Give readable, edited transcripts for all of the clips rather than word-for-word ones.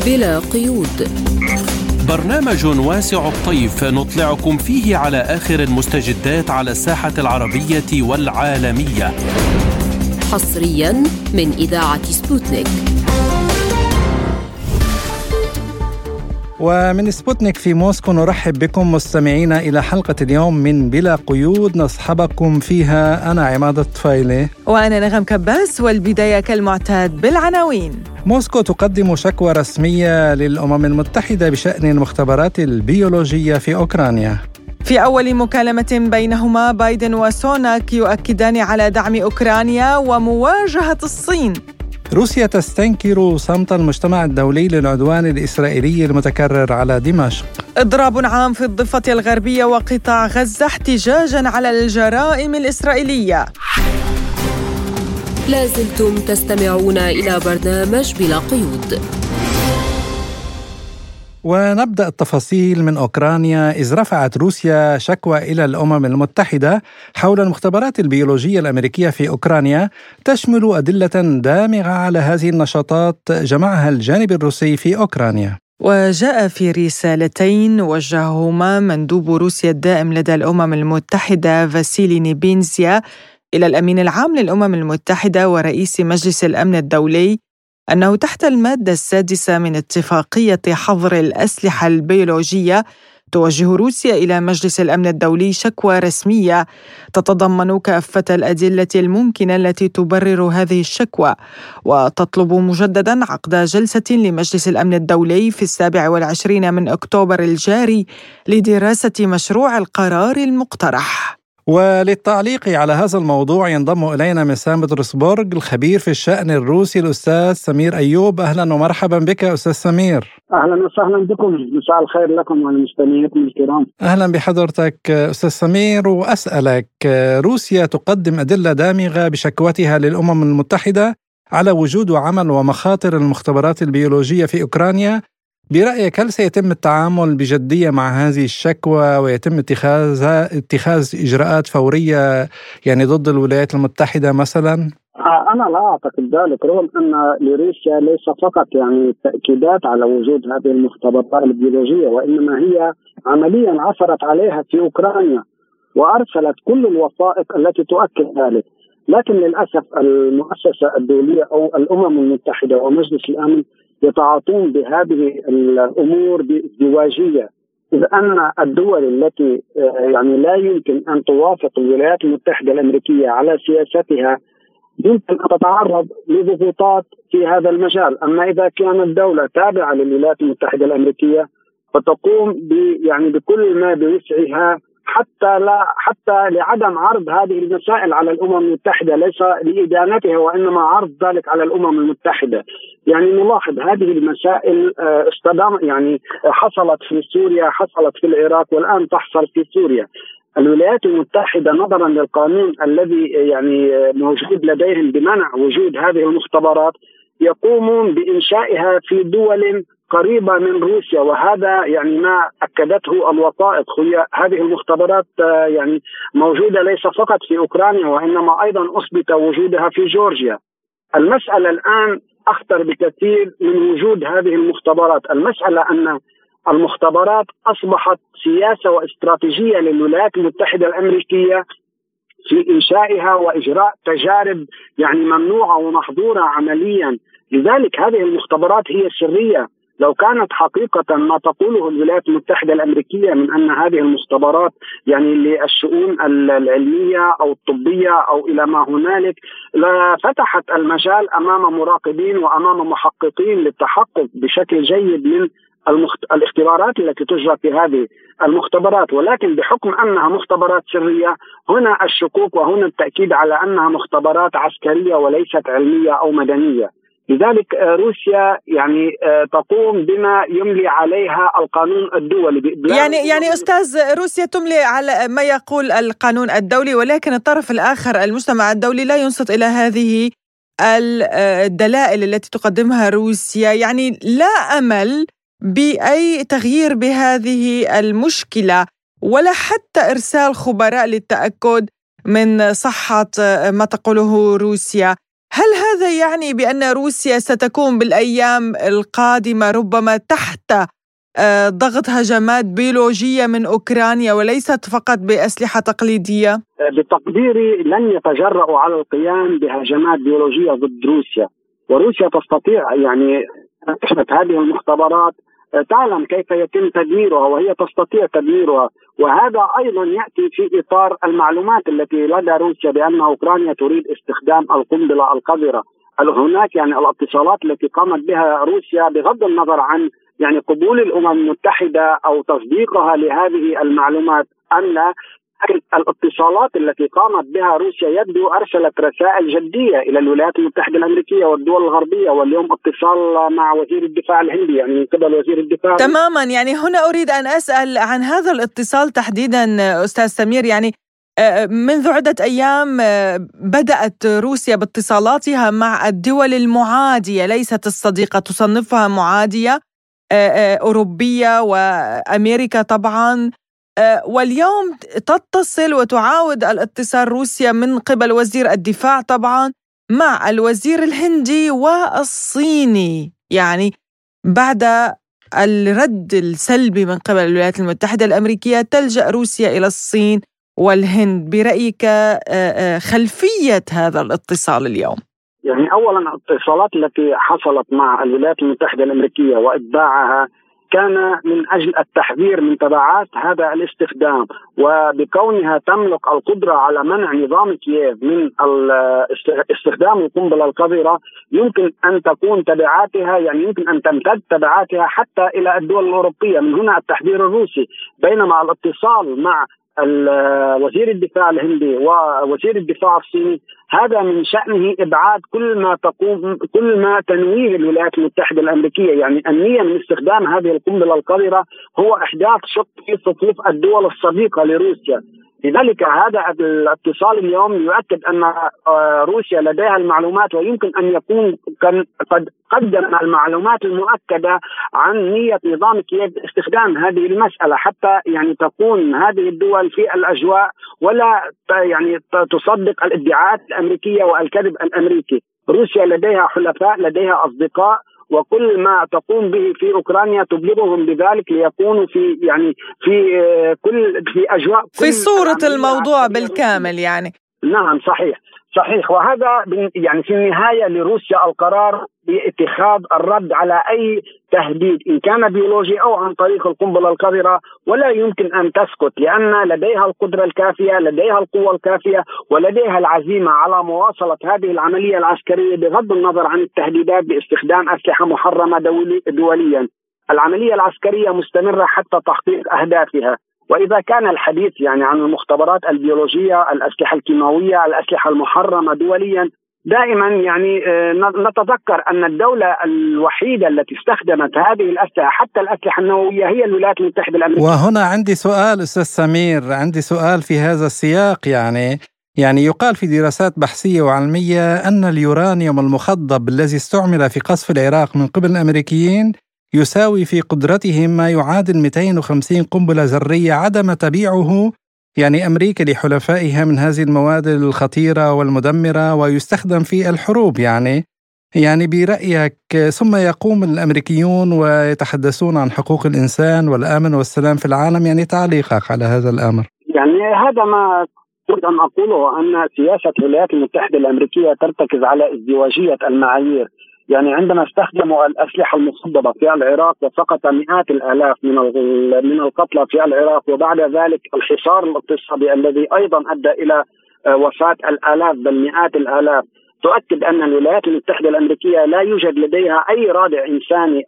بلا قيود، برنامج واسع الطيف نطلعكم فيه على آخر المستجدات على الساحة العربية والعالمية، حصريا من إذاعة سبوتنيك. ومن سبوتنيك في موسكو نرحب بكم مستمعين إلى حلقة اليوم من بلا قيود نصحبكم فيها أنا عماد الطفيلي وأنا نغم كباس. والبداية كالمعتاد بالعناوين. موسكو تقدم شكوى رسمية للأمم المتحدة بشأن المختبرات البيولوجية في أوكرانيا. في أول مكالمة بينهما بايدن وسوناك يؤكدان على دعم أوكرانيا ومواجهة الصين. روسيا تستنكر صمت المجتمع الدولي للعدوان الإسرائيلي المتكرر على دمشق. إضراب عام في الضفة الغربية وقطاع غزة احتجاجاً على الجرائم الإسرائيلية. لازلتم تستمعون إلى برنامج بلا قيود. ونبدأ التفاصيل من أوكرانيا، إذ رفعت روسيا شكوى إلى الأمم المتحدة حول المختبرات البيولوجية الأمريكية في أوكرانيا تشمل أدلة دامغة على هذه النشاطات جمعها الجانب الروسي في أوكرانيا. وجاء في رسالتين وجههما مندوب روسيا الدائم لدى الأمم المتحدة فاسيلي نيبينزيا إلى الأمين العام للأمم المتحدة ورئيس مجلس الأمن الدولي أنه تحت المادة 6 من اتفاقية حظر الأسلحة البيولوجية توجه روسيا إلى مجلس الأمن الدولي شكوى رسمية تتضمن كافة الأدلة الممكنة التي تبرر هذه الشكوى، وتطلب مجددا عقد جلسة لمجلس الأمن الدولي في 27 من أكتوبر الجاري لدراسة مشروع القرار المقترح. وللتعليق على هذا الموضوع ينضم إلينا من سان بطرسبرغ الخبير في الشأن الروسي الأستاذ سمير أيوب. أهلا ومرحبا بك أستاذ سمير. أهلا وسهلا بكم، مساء الخير لكم ولمستمعيكم الكرام. أهلا بحضرتك أستاذ سمير. وأسألك، روسيا تقدم أدلة دامغة بشكوتها للأمم المتحدة على وجود وعمل ومخاطر المختبرات البيولوجية في أوكرانيا. برأيك هل سيتم التعامل بجدية مع هذه الشكوى ويتم اتخاذ إجراءات فورية يعني ضد الولايات المتحدة مثلا؟ أنا لا أعتقد ذلك، رغم أن لروسيا ليس فقط يعني تأكيدات على وجود هذه المختبرات البيولوجية، وإنما هي عمليا عثرت عليها في أوكرانيا وأرسلت كل الوثائق التي تؤكد ذلك. لكن للأسف المؤسسة الدولية أو الأمم المتحدة ومجلس الأمن يتعاطون بهذه الأمور بازدواجية، إذ أن الدول التي يعني لا يمكن أن توافق الولايات المتحدة الأمريكية على سياستها يمكن أن تتعرض لضغوطات في هذا المجال. أما إذا كانت دولة تابعة للولايات المتحدة الأمريكية فتقوم يعني بكل ما بوسعها حتى لعدم عرض هذه المسائل على الأمم المتحدة، ليس لإدانتها وإنما عرض ذلك على الأمم المتحدة. يعني نلاحظ هذه المسائل يعني حصلت في سوريا، حصلت في العراق، والآن تحصل في سوريا. الولايات المتحدة نظرا للقانون الذي يعني موجود لديهم بمنع وجود هذه المختبرات يقومون بإنشائها في دول قريبة من روسيا، وهذا يعني ما أكدته الوثائق. هي هذه المختبرات يعني موجودة ليس فقط في أوكرانيا وإنما أيضا أثبت وجودها في جورجيا. المسألة الآن أخطر بكثير من وجود هذه المختبرات. المسألة أن المختبرات أصبحت سياسة واستراتيجية للولايات المتحدة الأمريكية في إنشائها وإجراء تجارب يعني ممنوعة ومحظورة عمليا. لذلك هذه المختبرات هي سرية. لو كانت حقيقة ما تقوله الولايات المتحدة الأمريكية من أن هذه المختبرات يعني للشؤون العلمية أو الطبية أو إلى ما هنالك، لفتحت المجال أمام مراقبين وأمام محققين للتحقق بشكل جيد من الاختبارات التي تجرى في هذه المختبرات. ولكن بحكم أنها مختبرات سرية هنا الشكوك وهنا التأكيد على أنها مختبرات عسكرية وليست علمية أو مدنية. لذلك روسيا يعني تقوم بما يملي عليها القانون الدولي. يعني أستاذ، روسيا تملي على ما يقول القانون الدولي، ولكن الطرف الآخر المجتمع الدولي لا ينصت إلى هذه الدلائل التي تقدمها روسيا. يعني لا أمل بأي تغيير بهذه المشكلة ولا حتى إرسال خبراء للتأكد من صحة ما تقوله روسيا. هل هذا يعني بأن روسيا ستكون بالأيام القادمة ربما تحت ضغط هجمات بيولوجية من أوكرانيا وليست فقط بأسلحة تقليدية؟ بتقديري لن يتجرؤوا على القيام بهجمات بيولوجية ضد روسيا، وروسيا تستطيع يعني تثبت هذه المختبرات، تعلم كيف يتم تدميرها وهي تستطيع تدميرها. وهذا أيضا يأتي في إطار المعلومات التي لدى روسيا بأن أوكرانيا تريد استخدام القنبلة القذرة. هناك يعني الاتصالات التي قامت بها روسيا بغض النظر عن يعني قبول الأمم المتحدة أو تصديقها لهذه المعلومات، أن الاتصالات التي قامت بها روسيا يبدو أرسلت رسائل جدية إلى الولايات المتحدة الأمريكية والدول الغربية، واليوم اتصال مع وزير الدفاع الهندي يعني من قبل وزير الدفاع. تماما، يعني هنا أريد أن أسأل عن هذا الاتصال تحديدا أستاذ سمير. يعني منذ عدة أيام بدأت روسيا باتصالاتها مع الدول المعادية ليست الصديقة، تصنفها معادية، أوروبية وأمريكا طبعا، واليوم تتصل وتعاود الاتصال روسيا من قبل وزير الدفاع طبعا مع الوزير الهندي والصيني، يعني بعد الرد السلبي من قبل الولايات المتحدة الأمريكية تلجأ روسيا إلى الصين والهند. برأيك خلفية هذا الاتصال اليوم؟ يعني أولا الاتصالات التي حصلت مع الولايات المتحدة الأمريكية وإتباعها كان من أجل التحذير من تبعات هذا الاستخدام، وبكونها تملك القدرة على منع نظام كييف من استخدام القنبلة القذرة يمكن أن تكون تبعاتها، يعني يمكن أن تمتد تبعاتها حتى إلى الدول الأوروبية، من هنا التحذير الروسي. بينما الاتصال مع وزير الدفاع الهندي ووزير الدفاع الصيني هذا من شأنه إبعاد كل ما تنويه الولايات المتحدة الأمريكية، يعني النية من استخدام هذه القنبلة القذرة هو إحداث شق في صفوف الدول الصديقة لروسيا. لذلك هذا الاتصال اليوم يؤكد أن روسيا لديها المعلومات، ويمكن أن يكون قد قدم المعلومات المؤكدة عن نية نظام كييف باستخدام هذه المسألة، حتى يعني تكون هذه الدول في الأجواء ولا يعني تصدق الادعاءات الأمريكية والكذب الأمريكي. روسيا لديها حلفاء، لديها أصدقاء، وكل ما تقوم به في أوكرانيا تبلغهم بذلك ليكونوا في يعني في أجواء في صورة الموضوع بالكامل يعني. نعم صحيح. وهذا يعني في النهاية لروسيا القرار باتخاذ الرد على أي تهديد إن كان بيولوجي أو عن طريق القنبلة القذرة، ولا يمكن أن تسكت لأن لديها القدرة الكافية، لديها القوة الكافية، ولديها العزيمة على مواصلة هذه العملية العسكرية بغض النظر عن التهديدات باستخدام أسلحة محرمة دوليا. العملية العسكرية مستمرة حتى تحقيق أهدافها. وإذا كان الحديث يعني عن المختبرات البيولوجية، الأسلحة الكيماوية، الأسلحة المحرمة دوليا، دائما يعني نتذكر أن الدولة الوحيدة التي استخدمت هذه الأسلحة حتى الأسلحة النووية هي الولايات المتحدة الأمريكية. وهنا عندي سؤال أستاذ سمير، عندي سؤال في هذا السياق. يعني يقال في دراسات بحثية وعلمية أن اليورانيوم المخضب الذي استعمل في قصف العراق من قبل الأمريكيين يساوي في قدرتهم ما يعادل 250 قنبلة ذرية عدم تبيعه يعني أمريكا لحلفائها من هذه المواد الخطيرة والمدمرة، ويستخدم في الحروب. يعني برأيك ثم يقوم الأمريكيون ويتحدثون عن حقوق الإنسان والأمن والسلام في العالم، يعني تعليقك على هذا الأمر؟ يعني هذا ما أريد أن أقوله، أن سياسة الولايات المتحدة الأمريكية ترتكز على ازدواجية المعايير. يعني عندما استخدموا الأسلحة المخضبة في العراق وسقط مئات الآلاف من القتلى في العراق، وبعد ذلك الحصار الاقتصادي الذي أيضا أدى إلى وفاة الآلاف بل مئات الآلاف، تؤكد أن الولايات المتحدة الأمريكية لا يوجد لديها أي رادع إنساني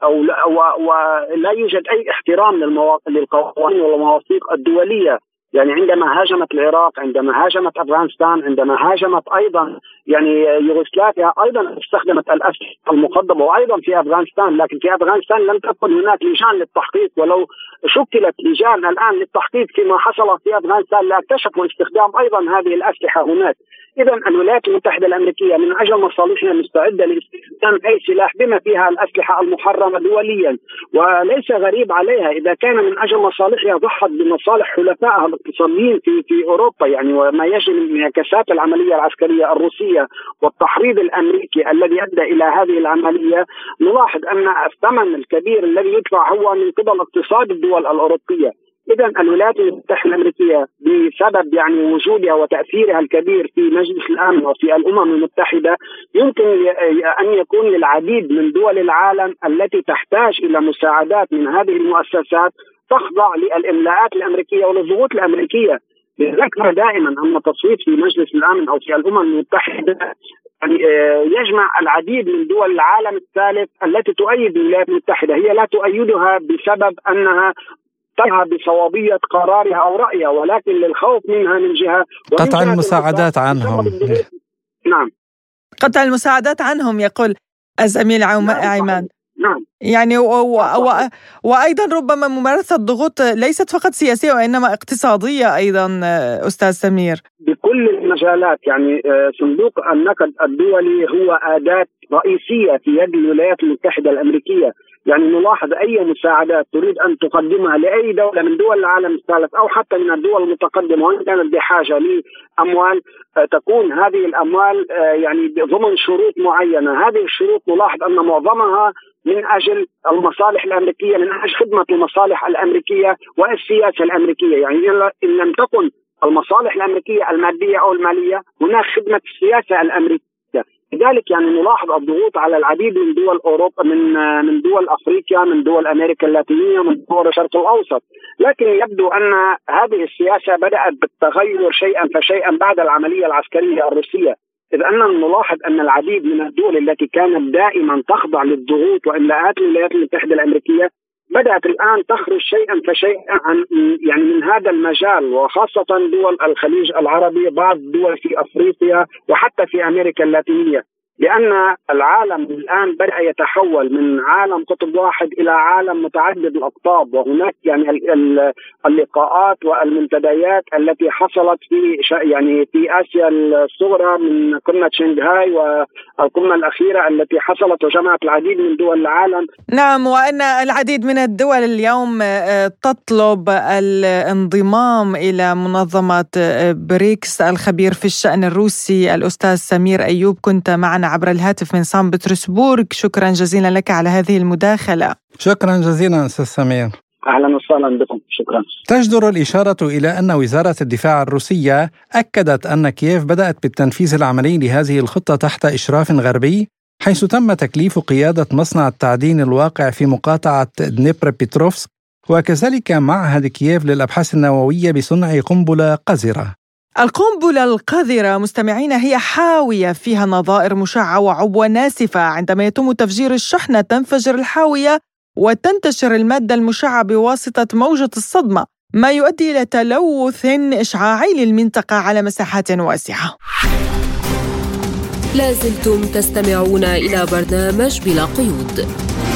ولا يوجد أي احترام للقوانين والمواثيق الدولية. يعني عندما هاجمت العراق، عندما هاجمت أفغانستان، عندما هاجمت أيضا يعني يوغوسلافيا، أيضا استخدمت الأسلحة المخضبة، وأيضا في أفغانستان. لكن في أفغانستان لم تكن هناك لجان للتحقيق، ولو شكلت لجان الآن للتحقيق فيما حصل في أفغانستان لاكتشفوا استخدام أيضا هذه الأسلحة هناك. إذا الولايات المتحدة الأمريكية من أجل مصالحها مستعدة لاستخدام أي سلاح بما فيها الأسلحة المحرمة دوليا، وليس غريب عليها إذا كان من أجل مصالحها ضحت بمصالح حلفائها الاقتصاديين في أوروبا، يعني وما يجري من انعكاسات العملية العسكرية الروسية والتحريض الأمريكي الذي أدى إلى هذه العملية. نلاحظ أن الثمن الكبير الذي يدفع هو من قبل اقتصاد الدول الأوروبية. إذا الولايات المتحدة الأمريكية بسبب يعني وجودها وتأثيرها الكبير في مجلس الأمن وفي الأمم المتحدة يمكن أن يكون للعديد من دول العالم التي تحتاج إلى مساعدات من هذه المؤسسات تخضع للإملاءات الأمريكية وللضغوط الأمريكية. نذكر دائما أن التصويت في مجلس الأمن أو في الأمم المتحدة يجمع العديد من دول العالم الثالث التي تؤيد الولايات المتحدة، هي لا تؤيدها بسبب أنها ترى بصوابية قرارها أو رأيها، ولكن للخوف منها من جهة قطع المساعدات عنهم. نعم، قطع المساعدات عنهم يقول الزميل عماد. نعم، يعني وأيضا ربما ممارسة ضغوط ليست فقط سياسية وإنما اقتصادية أيضا أستاذ سمير بكل المجالات. يعني صندوق النقد الدولي هو أداة رئيسية في يد الولايات المتحدة الأمريكية. يعني نلاحظ أي مساعدات تريد أن تقدمها لأي دولة من دول العالم الثالث أو حتى من الدول المتقدمة وإن كانت بحاجة لأموال، تكون هذه الأموال يعني ضمن شروط معينة. هذه الشروط نلاحظ أن معظمها من أجل المصالح الأمريكية، من أجل خدمة المصالح الأمريكية والسياسة الأمريكية. يعني إن لم تكن المصالح الأمريكية المادية أو المالية هناك خدمة السياسة الأمريكية. لذلك يعني نلاحظ الضغوط على العديد من دول أوروبا، من دول أفريقيا، من دول أمريكا اللاتينية، من دول الشرق الأوسط. لكن يبدو أن هذه السياسة بدأت بالتغير شيئا فشيئا بعد العملية العسكرية الروسية، إذ أننا نلاحظ أن العديد من الدول التي كانت دائما تخضع للضغوط وإملاءات الولايات المتحدة الأمريكية بدأت الآن تخرج شيئا فشيئا يعني من هذا المجال، وخاصة دول الخليج العربي، بعض الدول في أفريقيا وحتى في أمريكا اللاتينية، لأن العالم الآن بدأ يتحول من عالم قطب واحد إلى عالم متعدد الأقطاب. وهناك يعني اللقاءات والمنتديات التي حصلت في آسيا الصغرى من قمة شنغهاي والقمة الأخيرة التي حصلت وجمعت العديد من دول العالم. نعم، وأن العديد من الدول اليوم تطلب الانضمام إلى منظمة بريكس. الخبير في الشأن الروسي الأستاذ سمير أيوب كنت معنا عبر الهاتف من سان بطرسبورغ. شكرا جزيلا لك على هذه المداخلة. شكرا جزيلا أستاذ سمير. أهلا وسهلا بكم. شكرا. تجدر الإشارة إلى أن وزارة الدفاع الروسية أكدت أن كييف بدأت بالتنفيذ العملي لهذه الخطة تحت إشراف غربي، حيث تم تكليف قيادة مصنع التعدين الواقع في مقاطعة دنيبروبيتروفسك وكذلك معهد كييف للأبحاث النووية بصنع قنبلة قذرة. القنبلة القذرة مستمعين هي حاوية فيها نظائر مشعة وعبوة ناسفة. عندما يتم تفجير الشحنة تنفجر الحاوية وتنتشر المادة المشعة بواسطة موجة الصدمة، ما يؤدي إلى تلوث إشعاعي للمنطقة على مساحات واسعة. لازلتم تستمعون إلى برنامج بلا قيود.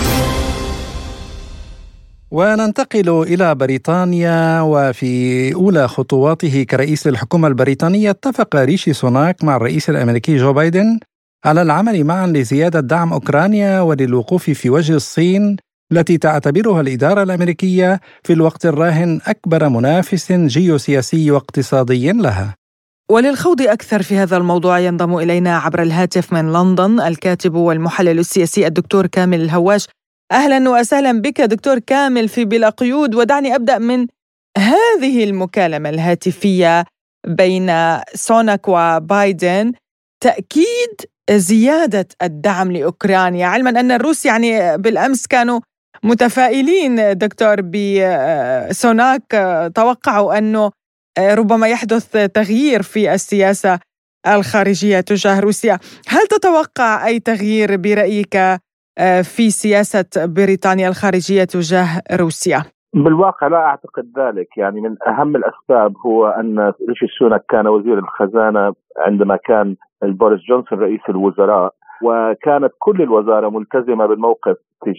وننتقل إلى بريطانيا، وفي أولى خطواته كرئيس للحكومة البريطانية اتفق ريشي سوناك مع الرئيس الأمريكي جو بايدن على العمل معا لزيادة دعم أوكرانيا وللوقوف في وجه الصين التي تعتبرها الإدارة الأمريكية في الوقت الراهن أكبر منافس جيوسياسي واقتصادي لها. وللخوض أكثر في هذا الموضوع ينضم إلينا عبر الهاتف من لندن الكاتب والمحلل السياسي الدكتور كامل الهواش. أهلا وسهلا بك دكتور كامل في بلا قيود. ودعني أبدأ من هذه المكالمة الهاتفية بين سوناك وبايدن، تأكيد زيادة الدعم لأوكرانيا، علما أن الروس يعني بالأمس كانوا متفائلين دكتور بسوناك، توقعوا أنه ربما يحدث تغيير في السياسة الخارجية تجاه روسيا. هل تتوقع أي تغيير برأيك في سياسة بريطانيا الخارجية تجاه روسيا؟ بالواقع لا أعتقد ذلك. يعني من أهم الأسباب هو أن ريشي سوناك كان وزير الخزانة عندما كان بوريس جونسون رئيس الوزراء، وكانت كل الوزارة ملتزمة بالموقف تجاه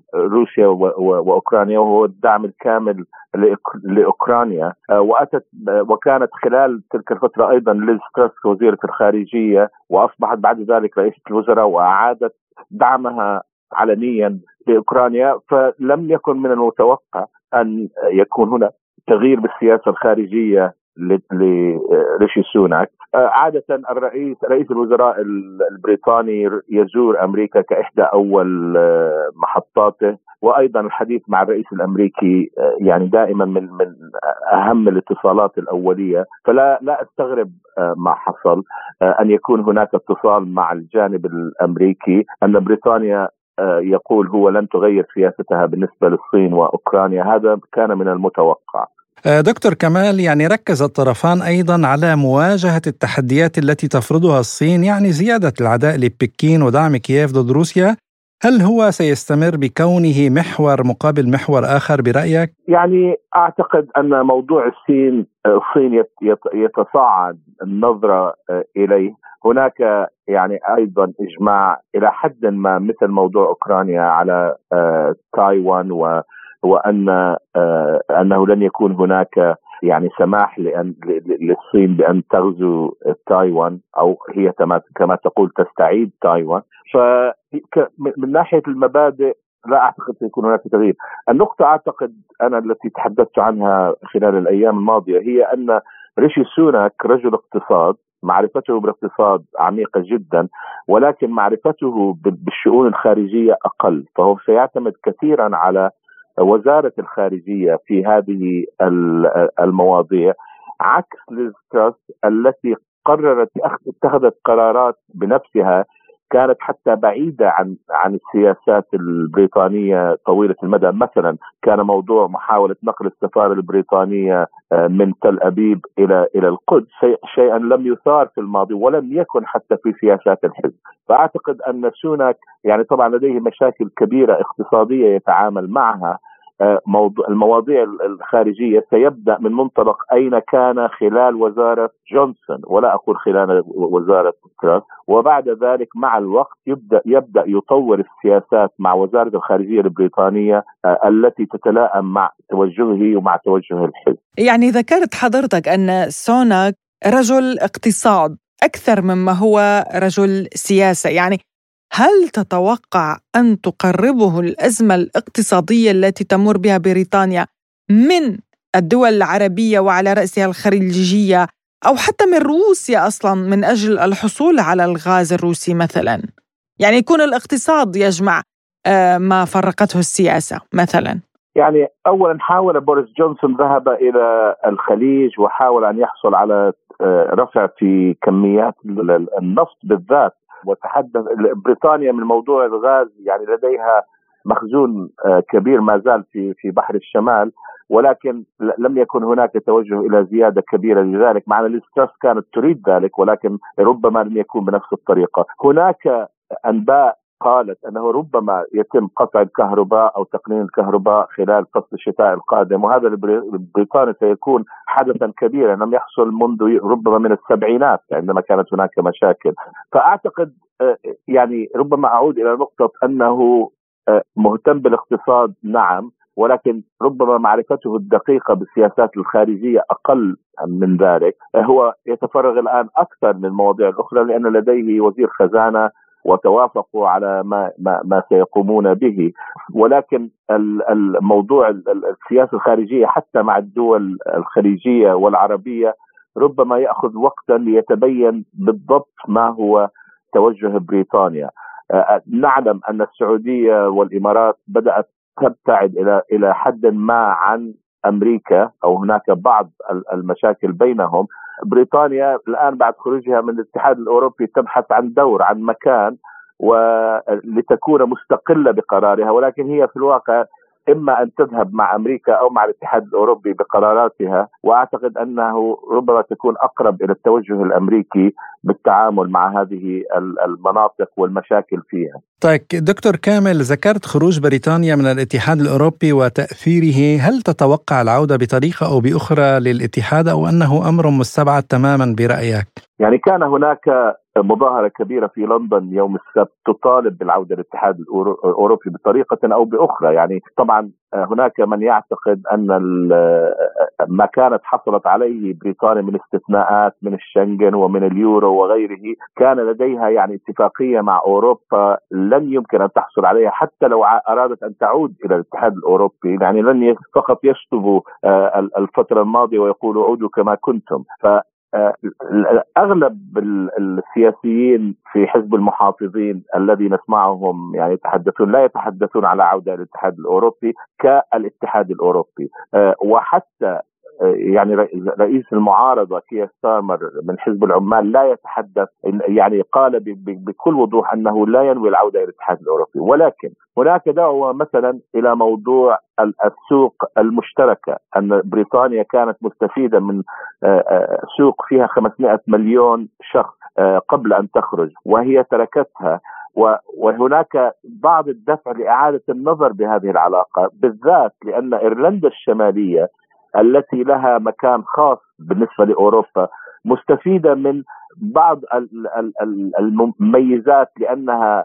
روسيا وأوكرانيا، وهو الدعم الكامل لأوكرانيا. وكانت خلال تلك الفترة أيضا ليز تراس وزيرة الخارجية، وأصبحت بعد ذلك رئيسة الوزراء، وأعادت دعمها علنيا لأوكرانيا. فلم يكن من المتوقع أن يكون هنا تغيير بالسياسة الخارجية لريشي سوناك. عادة رئيس الوزراء البريطاني يزور أمريكا كإحدى أول محطاته، وأيضا الحديث مع الرئيس الأمريكي يعني دائما من أهم الاتصالات الأولية. فلا أستغرب ما حصل أن يكون هناك اتصال مع الجانب الأمريكي، أن بريطانيا يقول هو لن تغير سياستها بالنسبة للصين وأوكرانيا. هذا كان من المتوقع. دكتور كمال، يعني ركز الطرفان أيضا على مواجهة التحديات التي تفرضها الصين، يعني زيادة العداء لبكين ودعم كييف ضد روسيا. هل هو سيستمر بكونه محور مقابل محور آخر برأيك؟ يعني أعتقد أن موضوع الصين يتصاعد النظرة إليه. هناك يعني أيضا إجماع إلى حد ما مثل موضوع أوكرانيا على تايوان، وأنه لن يكون هناك يعني سماح للصين بأن تغزو تايوان، أو هي كما تقول تستعيد تايوان. فمن ناحية المبادئ لا أعتقد سيكون هناك تغيير. النقطة أعتقد أنا التي تحدثت عنها خلال الأيام الماضية هي أن ريشي سوناك رجل اقتصاد، معرفته بالاقتصاد عميقة جدا، ولكن معرفته بالشؤون الخارجية أقل. فهو سيعتمد كثيرا على وزارة الخارجية في هذه المواضيع، عكس ليز تراس التي اتخذت قرارات بنفسها كانت حتى بعيدة عن السياسات البريطانية طويلة المدى. مثلا كان موضوع محاولة نقل السفارة البريطانية من تل أبيب إلى القدس شيئا لم يثار في الماضي ولم يكن حتى في سياسات الحزب. فأعتقد أن سوناك يعني طبعا لديه مشاكل كبيرة اقتصادية يتعامل معها. المواضيع الخارجية سيبدأ من منطلق أين كان خلال وزارة جونسون، ولا أقول خلال وزارة تراس، وبعد ذلك مع الوقت يبدأ يطور السياسات مع وزارة الخارجية البريطانية التي تتلائم مع توجهه ومع توجه الحزب. يعني ذكرت حضرتك أن سوناك رجل اقتصاد أكثر مما هو رجل سياسة، يعني هل تتوقع أن تقربه الأزمة الاقتصادية التي تمر بها بريطانيا من الدول العربية وعلى رأسها الخليجية، أو حتى من روسيا أصلا من أجل الحصول على الغاز الروسي مثلا؟ يعني يكون الاقتصاد يجمع ما فرقته السياسة مثلا. يعني أولا حاول بوريس جونسون ذهب إلى الخليج وحاول أن يحصل على رفع في كميات النفط بالذات، وتحدث بريطانيا من موضوع الغاز، يعني لديها مخزون كبير ما زال في بحر الشمال، ولكن لم يكن هناك توجه إلى زيادة كبيرة لذلك، مع أن ليز تراس كانت تريد ذلك ولكن ربما لم يكون بنفس الطريقة. هناك أنباء قالت أنه ربما يتم قطع الكهرباء أو تقنين الكهرباء خلال فصل الشتاء القادم، وهذا لبريطانيا سيكون حدثا كبيرا لم يحصل منذ ربما من السبعينات عندما كانت هناك مشاكل. فأعتقد يعني ربما أعود إلى نقطة أنه مهتم بالاقتصاد نعم، ولكن ربما معرفته الدقيقة بالسياسات الخارجية أقل من ذلك. هو يتفرغ الآن أكثر للمواضيع الأخرى لأن لديه وزير خزانة وتوافقوا على ما سيقومون به، ولكن الموضوع السياسة الخارجية حتى مع الدول الخليجية والعربية ربما يأخذ وقتا ليتبين بالضبط ما هو توجه بريطانيا. نعلم أن السعودية والإمارات بدأت تبتعد إلى حد ما عن أمريكا، أو هناك بعض المشاكل بينهم. بريطانيا الآن بعد خروجها من الاتحاد الأوروبي تبحث عن دور، عن مكان، ولتكون مستقلة بقرارها، ولكن هي في الواقع إما أن تذهب مع أمريكا أو مع الاتحاد الأوروبي بقراراتها. وأعتقد أنه ربما تكون أقرب إلى التوجه الأمريكي بالتعامل مع هذه المناطق والمشاكل فيها. طيب دكتور كامل، ذكرت خروج بريطانيا من الاتحاد الأوروبي وتأثيره، هل تتوقع العودة بطريقة أو بأخرى للاتحاد أو أنه أمر مستبعد تماما برأيك؟ يعني كان هناك مظاهرة كبيرة في لندن يوم السبت تطالب بالعودة للاتحاد الأوروبي بطريقة أو بأخرى. يعني طبعا هناك من يعتقد أن ما كانت حصلت عليه بريطانيا من استثناءات من الشنغن ومن اليورو وغيره كان لديها يعني اتفاقية مع أوروبا لن يمكن أن تحصل عليها حتى لو أرادت أن تعود إلى الاتحاد الأوروبي. يعني لن فقط يشطبوا الفترة الماضية ويقولوا عودوا كما كنتم. أغلب السياسيين في حزب المحافظين الذي نسمعهم يعني لا يتحدثون على عودة للاتحاد الأوروبي كالاتحاد الأوروبي. وحتى يعني رئيس المعارضة كير ستارمر من حزب العمال لا يتحدث، يعني قال بكل وضوح أنه لا ينوي العودة إلى الاتحاد الأوروبي. ولكن هناك دعوة مثلا إلى موضوع السوق المشتركة، أن بريطانيا كانت مستفيدة من سوق فيها 500 مليون شخص قبل أن تخرج وهي تركتها. وهناك بعض الدفع لإعادة النظر بهذه العلاقة، بالذات لأن إيرلندا الشمالية التي لها مكان خاص بالنسبة لأوروبا مستفيدة من بعض المميزات، لأنها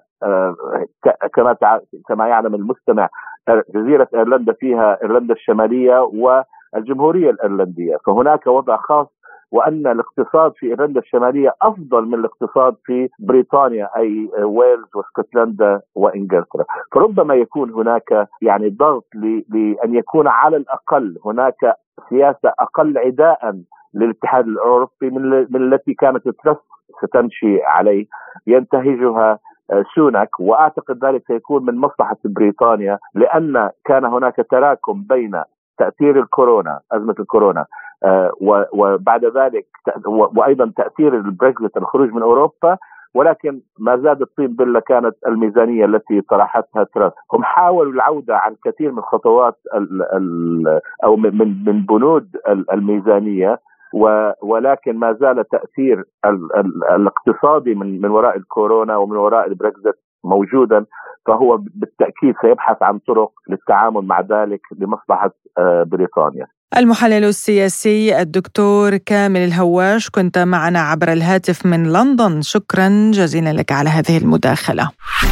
كما يعلم المستمع جزيرة إيرلندا فيها إيرلندا الشمالية والجمهورية الإيرلندية، فهناك وضع خاص، وأن الاقتصاد في إيرلندا الشمالية أفضل من الاقتصاد في بريطانيا أي ويلز واسكتلندا وإنجلترا. فربما يكون هناك يعني ضغط لأن يكون على الأقل هناك سياسة أقل عداء للاتحاد الأوروبي من التي كانت ستمشي عليه ينتهجها سوناك. وأعتقد ذلك سيكون من مصلحة بريطانيا، لأن كان هناك تراكم بين تأثير الكورونا، أزمة الكورونا، وبعد ذلك وأيضا تأثير البريكزيت، الخروج من أوروبا، ولكن ما زاد الطين بلة كانت الميزانية التي طرحتها تراس. هم حاولوا العودة عن كثير من خطوات أو من بنود الميزانية، ولكن ما زال تأثير الاقتصادي من وراء الكورونا ومن وراء البريكزيت موجودا، فهو بالتأكيد سيبحث عن طرق للتعامل مع ذلك لمصلحة بريطانيا. المحلل السياسي الدكتور كامل الهواش، كنت معنا عبر الهاتف من لندن. شكرا جزيلا لك على هذه المداخلة.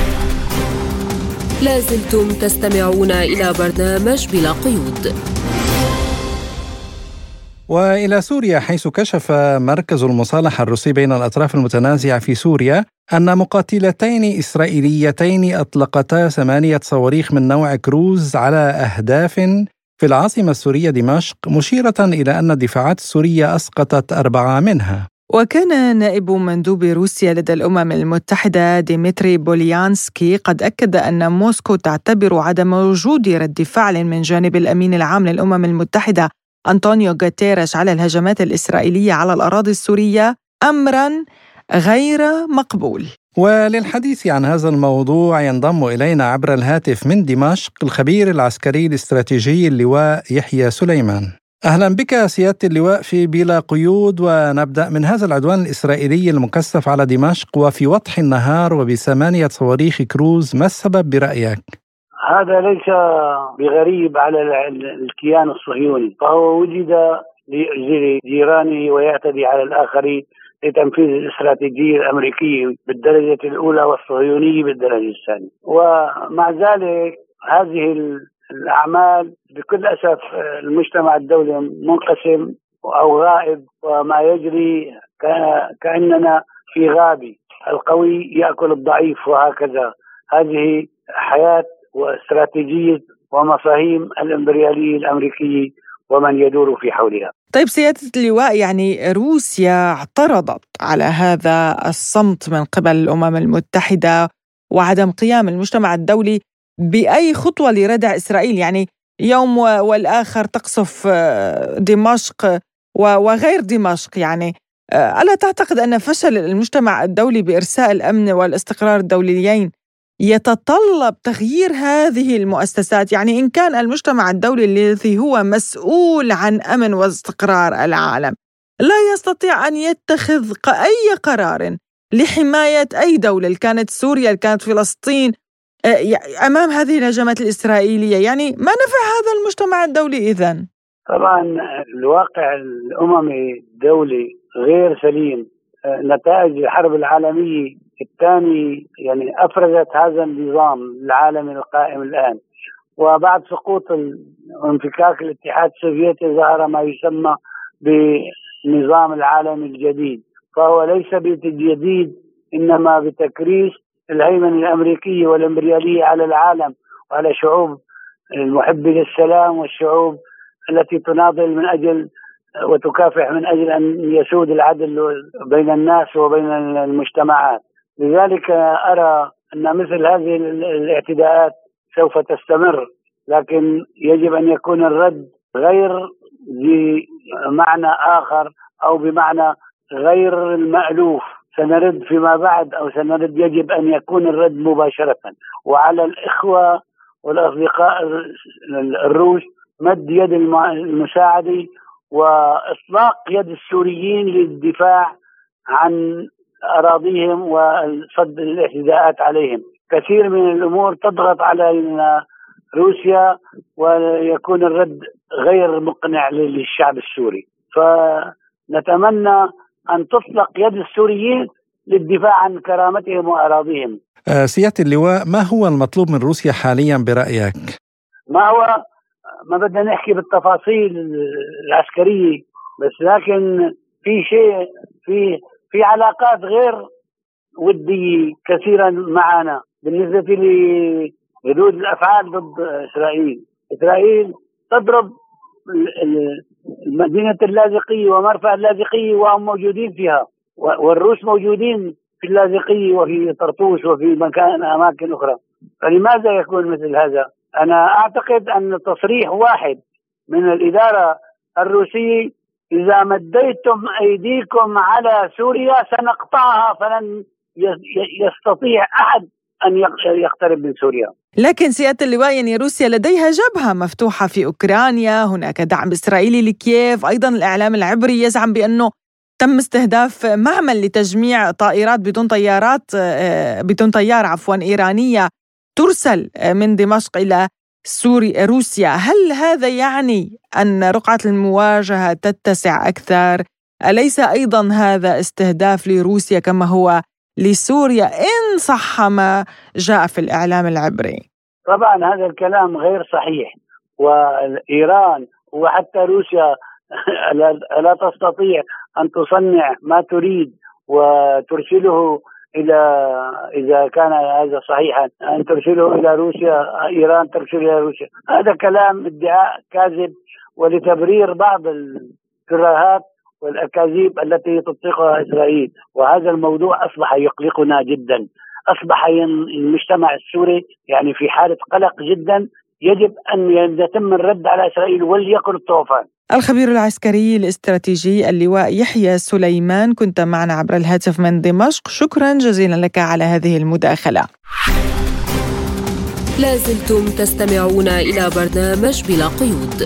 لازلتم تستمعون إلى برنامج بلا قيود. وإلى سوريا، حيث كشف مركز المصالحة الروسي بين الأطراف المتنازعة في سوريا أن مقاتلتين إسرائيليتين أطلقتا 8 صواريخ من نوع كروز على أهداف في العاصمة السورية دمشق، مشيرة إلى أن الدفاعات السورية أسقطت 4 منها. وكان نائب مندوب روسيا لدى الأمم المتحدة ديمتري بوليانسكي قد أكد أن موسكو تعتبر عدم وجود رد فعل من جانب الأمين العام للأمم المتحدة أنطونيو غوتيريش على الهجمات الإسرائيلية على الأراضي السورية أمراً غير مقبول. وللحديث عن هذا الموضوع ينضم إلينا عبر الهاتف من دمشق الخبير العسكري الاستراتيجي اللواء يحيى سليمان. أهلا بك سيادة اللواء في بلا قيود، ونبدأ من هذا العدوان الإسرائيلي المكثف على دمشق وفي وضح النهار وب8 صواريخ كروز، ما السبب برأيك؟ هذا ليس بغريب على الكيان الصهيوني، فهو وجد ليعزل جيرانه ويعتدي على الآخرين لتنفيذ الاستراتيجية الأمريكية بالدرجة الأولى والصهيونية بالدرجة الثانية. ومع ذلك هذه الأعمال بكل أسف المجتمع الدولي منقسم أو غائب، وما يجري كأننا في غابة، القوي يأكل الضعيف، وهكذا. هذه حياة واستراتيجية ومفاهيم الإمبريالية الأمريكية ومن يدور في حولها. طيب سيادة اللواء، يعني روسيا اعترضت على هذا الصمت من قبل الأمم المتحدة وعدم قيام المجتمع الدولي بأي خطوة لردع إسرائيل، يعني يوم والآخر تقصف دمشق وغير دمشق. يعني ألا تعتقد أن فشل المجتمع الدولي بإرساء الأمن والاستقرار الدوليين يتطلب تغيير هذه المؤسسات؟ يعني إن كان المجتمع الدولي الذي هو مسؤول عن أمن واستقرار العالم لا يستطيع أن يتخذ أي قرار لحماية أي دولة، كانت سوريا كانت فلسطين، أمام هذه الهجمات الإسرائيلية. يعني ما نفع هذا المجتمع الدولي إذن؟ طبعا الواقع الأممي الدولي غير سليم. نتائج الحرب العالمية الثانية يعني أفرزت هذا النظام العالمي القائم الآن، وبعد سقوط وانفكاك الاتحاد السوفيتي ظهر ما يسمى بالنظام العالمي الجديد، فهو ليس بجديد إنما بتكريس الهيمنة الأمريكية والإمبريالية على العالم وعلى شعوب المحبة للسلام والشعوب التي تناضل من أجل وتكافح من أجل أن يسود العدل بين الناس وبين المجتمعات. لذلك أرى أن مثل هذه الاعتداءات سوف تستمر، لكن يجب أن يكون الرد غير بمعنى آخر أو بمعنى غير المألوف. سنرد فيما بعد أو سنرد، يجب أن يكون الرد مباشرة، وعلى الإخوة والأصدقاء الروس مد يد المساعدة وإطلاق يد السوريين للدفاع عن أراضيهم وصد الاعتداءات عليهم. كثير من الأمور تضغط علينا روسيا ويكون الرد غير مقنع للشعب السوري، فنتمنى أن تطلق يد السوريين للدفاع عن كرامتهم وأراضيهم. سيادة اللواء، ما هو المطلوب من روسيا حاليا برأيك؟ ما بدنا نحكي بالتفاصيل العسكرية، بس لكن في شيء في علاقات غير ودية كثيرا معنا بالنسبة لردود الأفعال ضد إسرائيل تضرب مدينة اللاذقية ومرفأ اللاذقية وهم موجودين فيها، والروس موجودين في اللاذقية وفي طرطوس وفي أماكن أخرى. فلماذا يكون مثل هذا؟ أنا أعتقد أن تصريح واحد من الإدارة الروسية: إذا مديتم أيديكم على سوريا سنقطعها، فلن يستطيع أحد أن يقترب من سوريا. لكن سيادة اللواء، يعني روسيا لديها جبهة مفتوحة في أوكرانيا، هناك دعم إسرائيلي لكييف، أيضا الإعلام العبري يزعم بأنه تم استهداف معمل لتجميع طائرات بدون طيار إيرانية ترسل من دمشق إلى روسيا. هل هذا يعني أن رقعة المواجهة تتسع أكثر؟ أليس أيضا هذا استهداف لروسيا كما هو لسوريا إن صح ما جاء في الإعلام العبري؟ طبعا هذا الكلام غير صحيح، وإيران وحتى روسيا لا تستطيع أن تصنع ما تريد وترسله إذا كان هذا صحيحا أن ترسله إلى روسيا، إيران ترسله إلى روسيا. هذا كلام ادعاء كاذب ولتبرير بعض الكراهات والأكاذيب التي تطلقها إسرائيل، وهذا الموضوع أصبح يقلقنا جدا. أصبح المجتمع السوري يعني في حالة قلق جدا، يجب أن يتم الرد على إسرائيل وليكن الطوفان. الخبير العسكري الاستراتيجي اللواء يحيى سليمان، كنت معنا عبر الهاتف من دمشق. شكرا جزيلا لك على هذه المداخلة. لازلتم تستمعون إلى برنامج بلا قيود.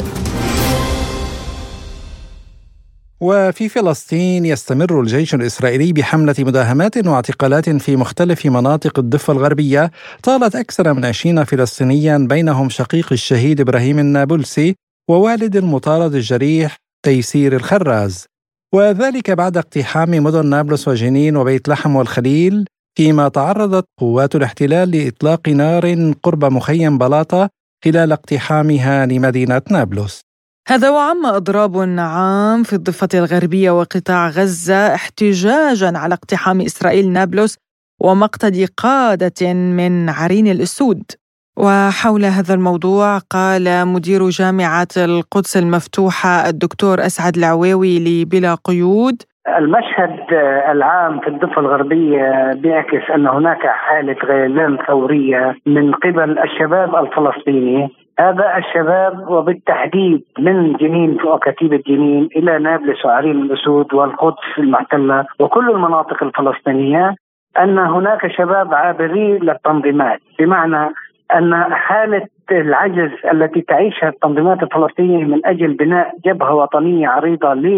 وفي فلسطين يستمر الجيش الإسرائيلي بحملة مداهمات واعتقالات في مختلف مناطق الضفة الغربية طالت أكثر من 20 فلسطينيا، بينهم شقيق الشهيد إبراهيم النابلسي ووالد المطارد الجريح تيسير الخراز، وذلك بعد اقتحام مدن نابلس وجنين وبيت لحم والخليل، فيما تعرضت قوات الاحتلال لإطلاق نار قرب مخيم بلاطة خلال اقتحامها لمدينة نابلس. هذا وعم إضراب عام في الضفة الغربية وقطاع غزة احتجاجا على اقتحام إسرائيل نابلس ومقتل قادة من عرين الأسود. وحول هذا الموضوع قال مدير جامعة القدس المفتوحة الدكتور أسعد العويوي لبلا قيود: المشهد العام في الضفة الغربية بيعكس أن هناك حالة غيلان ثورية من قبل الشباب الفلسطيني. هذا الشباب وبالتحديد من جنين وكتيبة جنين إلى نابلس وعرين الأسود والقدس المحتلة وكل المناطق الفلسطينية، أن هناك شباب عابرين للتنظيمات، بمعنى أن حالة العجز التي تعيشها التنظيمات الفلسطينية من أجل بناء جبهة وطنية عريضة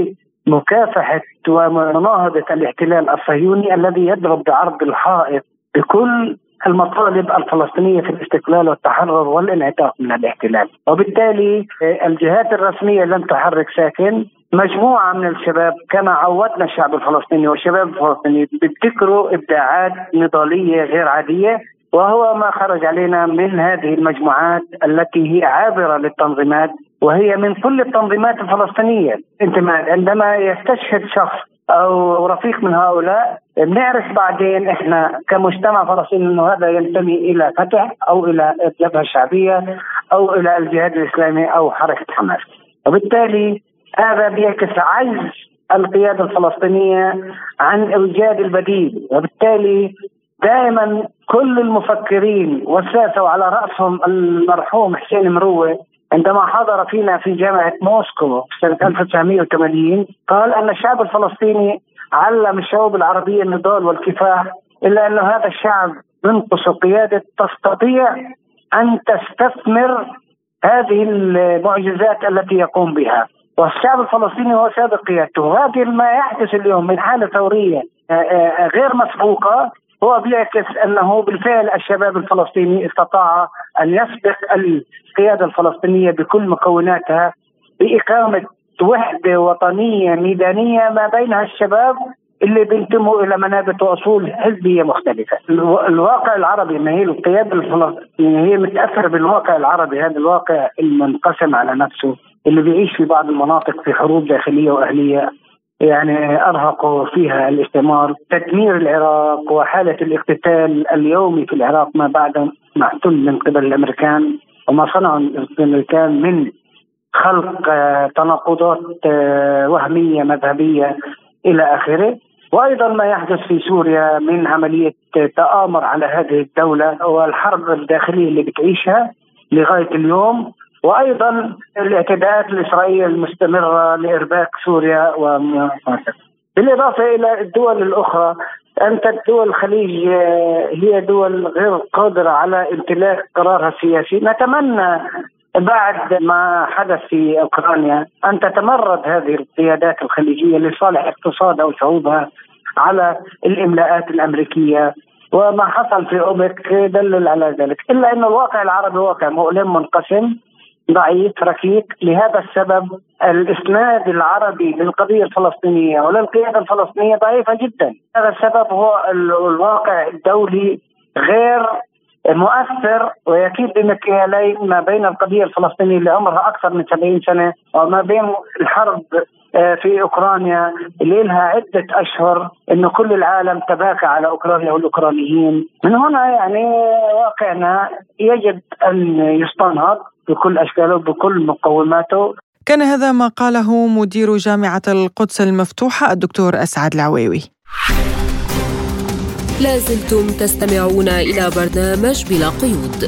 مكافحة ومناهضة الاحتلال الصهيوني الذي يضرب بعرض الحائط بكل المطالب الفلسطينية في الاستقلال والتحرر والانعتاق من الاحتلال. وبالتالي الجهات الرسمية لم تحرك ساكن. مجموعة من الشباب كما عودنا الشعب الفلسطيني والشباب الفلسطيني بيبتكروا إبداعات نضالية غير عادية، وهو ما خرج علينا من هذه المجموعات التي هي عابرة للتنظيمات، وهي من كل التنظيمات الفلسطينية. عندما يستشهد شخص أو رفيق من هؤلاء بنعرف بعدين إحنا كمجتمع فلسطيني أنه هذا ينتمي إلى فتح أو إلى الجبهة الشعبية أو إلى الجهاد الإسلامي أو حركة حماس. وبالتالي هذا بيعكس عجز القيادة الفلسطينية عن إيجاد البديل. وبالتالي دائما كل المفكرين والساسة وعلى رأسهم المرحوم حسين مروة عندما حضر فينا في جامعة موسكو سنة 1980 قال أن الشعب الفلسطيني علم الشعوب العربية النضال والكفاح، إلا أن هذا الشعب ينقص قيادة تستطيع أن تستثمر هذه المعجزات التي يقوم بها. والشعب الفلسطيني هو سابق قيادته. هذه ما يحدث اليوم من حالة ثورية غير مسبوقة هو بيعكس أنه بالفعل الشباب الفلسطيني استطاع أن يسبق القيادة الفلسطينية بكل مكوناتها بإقامة وحدة وطنية ميدانية ما بينها الشباب اللي بينتموا إلى منابت وأصول حزبية مختلفة. الواقع العربي أن هي القيادة الفلسطينية هي متأثرة بالواقع العربي، هذا الواقع المنقسم على نفسه اللي بيعيش في بعض المناطق في حروب داخلية وأهلية يعني أرهقوا فيها الاستعمار، تدمير العراق وحالة الاقتتال اليومي في العراق ما بعد ما احتل من قبل الأمريكان، وما صنعوا الأمريكان من خلق تناقضات وهمية مذهبية إلى آخره. وأيضا ما يحدث في سوريا من عملية تآمر على هذه الدولة والحرب الداخلية اللي بتعيشها لغاية اليوم، وأيضا الاعتداءات الإسرائيلية المستمرة لإرباك سوريا ومصر، بالإضافة إلى الدول الأخرى. أنت الدول الخليج هي دول غير قادرة على امتلاك قرارها السياسي. نتمنى بعد ما حدث في أوكرانيا أن تتمرد هذه القيادات الخليجية لصالح اقتصادها وشعوبها على الإملاءات الأمريكية، وما حصل في أوبك دلل على ذلك. إلا أن الواقع العربي واقع مؤلم منقسم ضعيف ركيك. لهذا السبب الإسناد العربي للقضية الفلسطينية وللقيادة الفلسطينية ضعيفة جدا. هذا السبب هو الواقع الدولي غير مؤثر ويكيد بمكيالين ما بين القضية الفلسطينية اللي عمرها أكثر من 70 سنة وما بين الحرب في أوكرانيا اللي لها عدة أشهر إنه كل العالم تباكى على أوكرانيا والأوكرانيين. من هنا يعني واقعنا يجب أن يستنهض بكل أشكاله بكل مقوماته. كان هذا ما قاله مدير جامعة القدس المفتوحة الدكتور أسعد العويوي. لازلتم تستمعون إلى برنامج بلا قيود.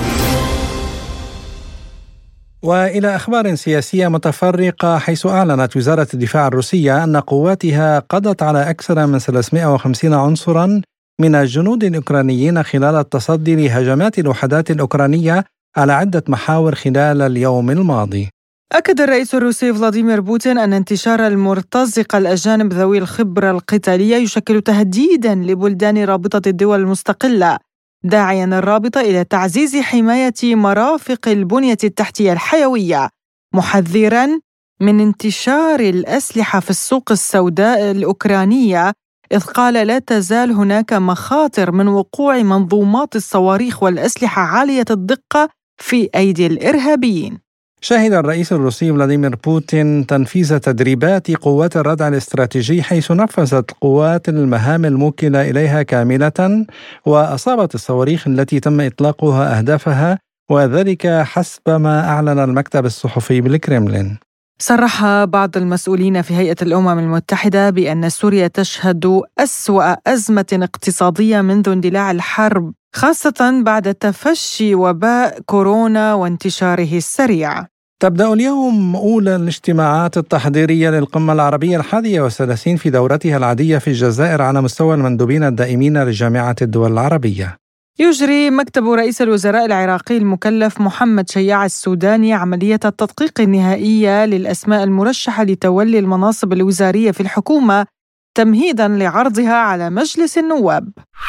وإلى أخبار سياسية متفرقة، حيث أعلنت وزارة الدفاع الروسية أن قواتها قضت على أكثر من 350 عنصرا من الجنود الأوكرانيين خلال التصدي لهجمات الوحدات الأوكرانية على عدة محاور خلال اليوم الماضي. أكد الرئيس الروسي فلاديمير بوتين أن انتشار المرتزقة الأجانب ذوي الخبرة القتالية يشكل تهديداً لبلدان رابطة الدول المستقلة، داعياً الرابطة إلى تعزيز حماية مرافق البنية التحتية الحيوية، محذراً من انتشار الأسلحة في السوق السوداء الأوكرانية، إذ قال لا تزال هناك مخاطر من وقوع منظومات الصواريخ والأسلحة عالية الدقة في أيدي الإرهابيين. شهد الرئيس الروسي فلاديمير بوتين تنفيذ تدريبات قوات الردع الاستراتيجي، حيث نفذت قوات المهام الموكلة إليها كاملة، وأصابت الصواريخ التي تم إطلاقها أهدافها، وذلك حسب ما أعلن المكتب الصحفي بالكرملين. صرح بعض المسؤولين في هيئة الأمم المتحدة بأن سوريا تشهد أسوأ أزمة اقتصادية منذ اندلاع الحرب، خاصة بعد تفشي وباء كورونا وانتشاره السريع. تبدأ اليوم أولى الاجتماعات التحضيرية للقمة العربية 31 في دورتها العادية في الجزائر على مستوى المندوبين الدائمين لجامعة الدول العربية. يجري مكتب رئيس الوزراء العراقي المكلف محمد شياع السوداني عملية التدقيق النهائية للأسماء المرشحة لتولي المناصب الوزارية في الحكومة تمهيداً لعرضها على مجلس النواب.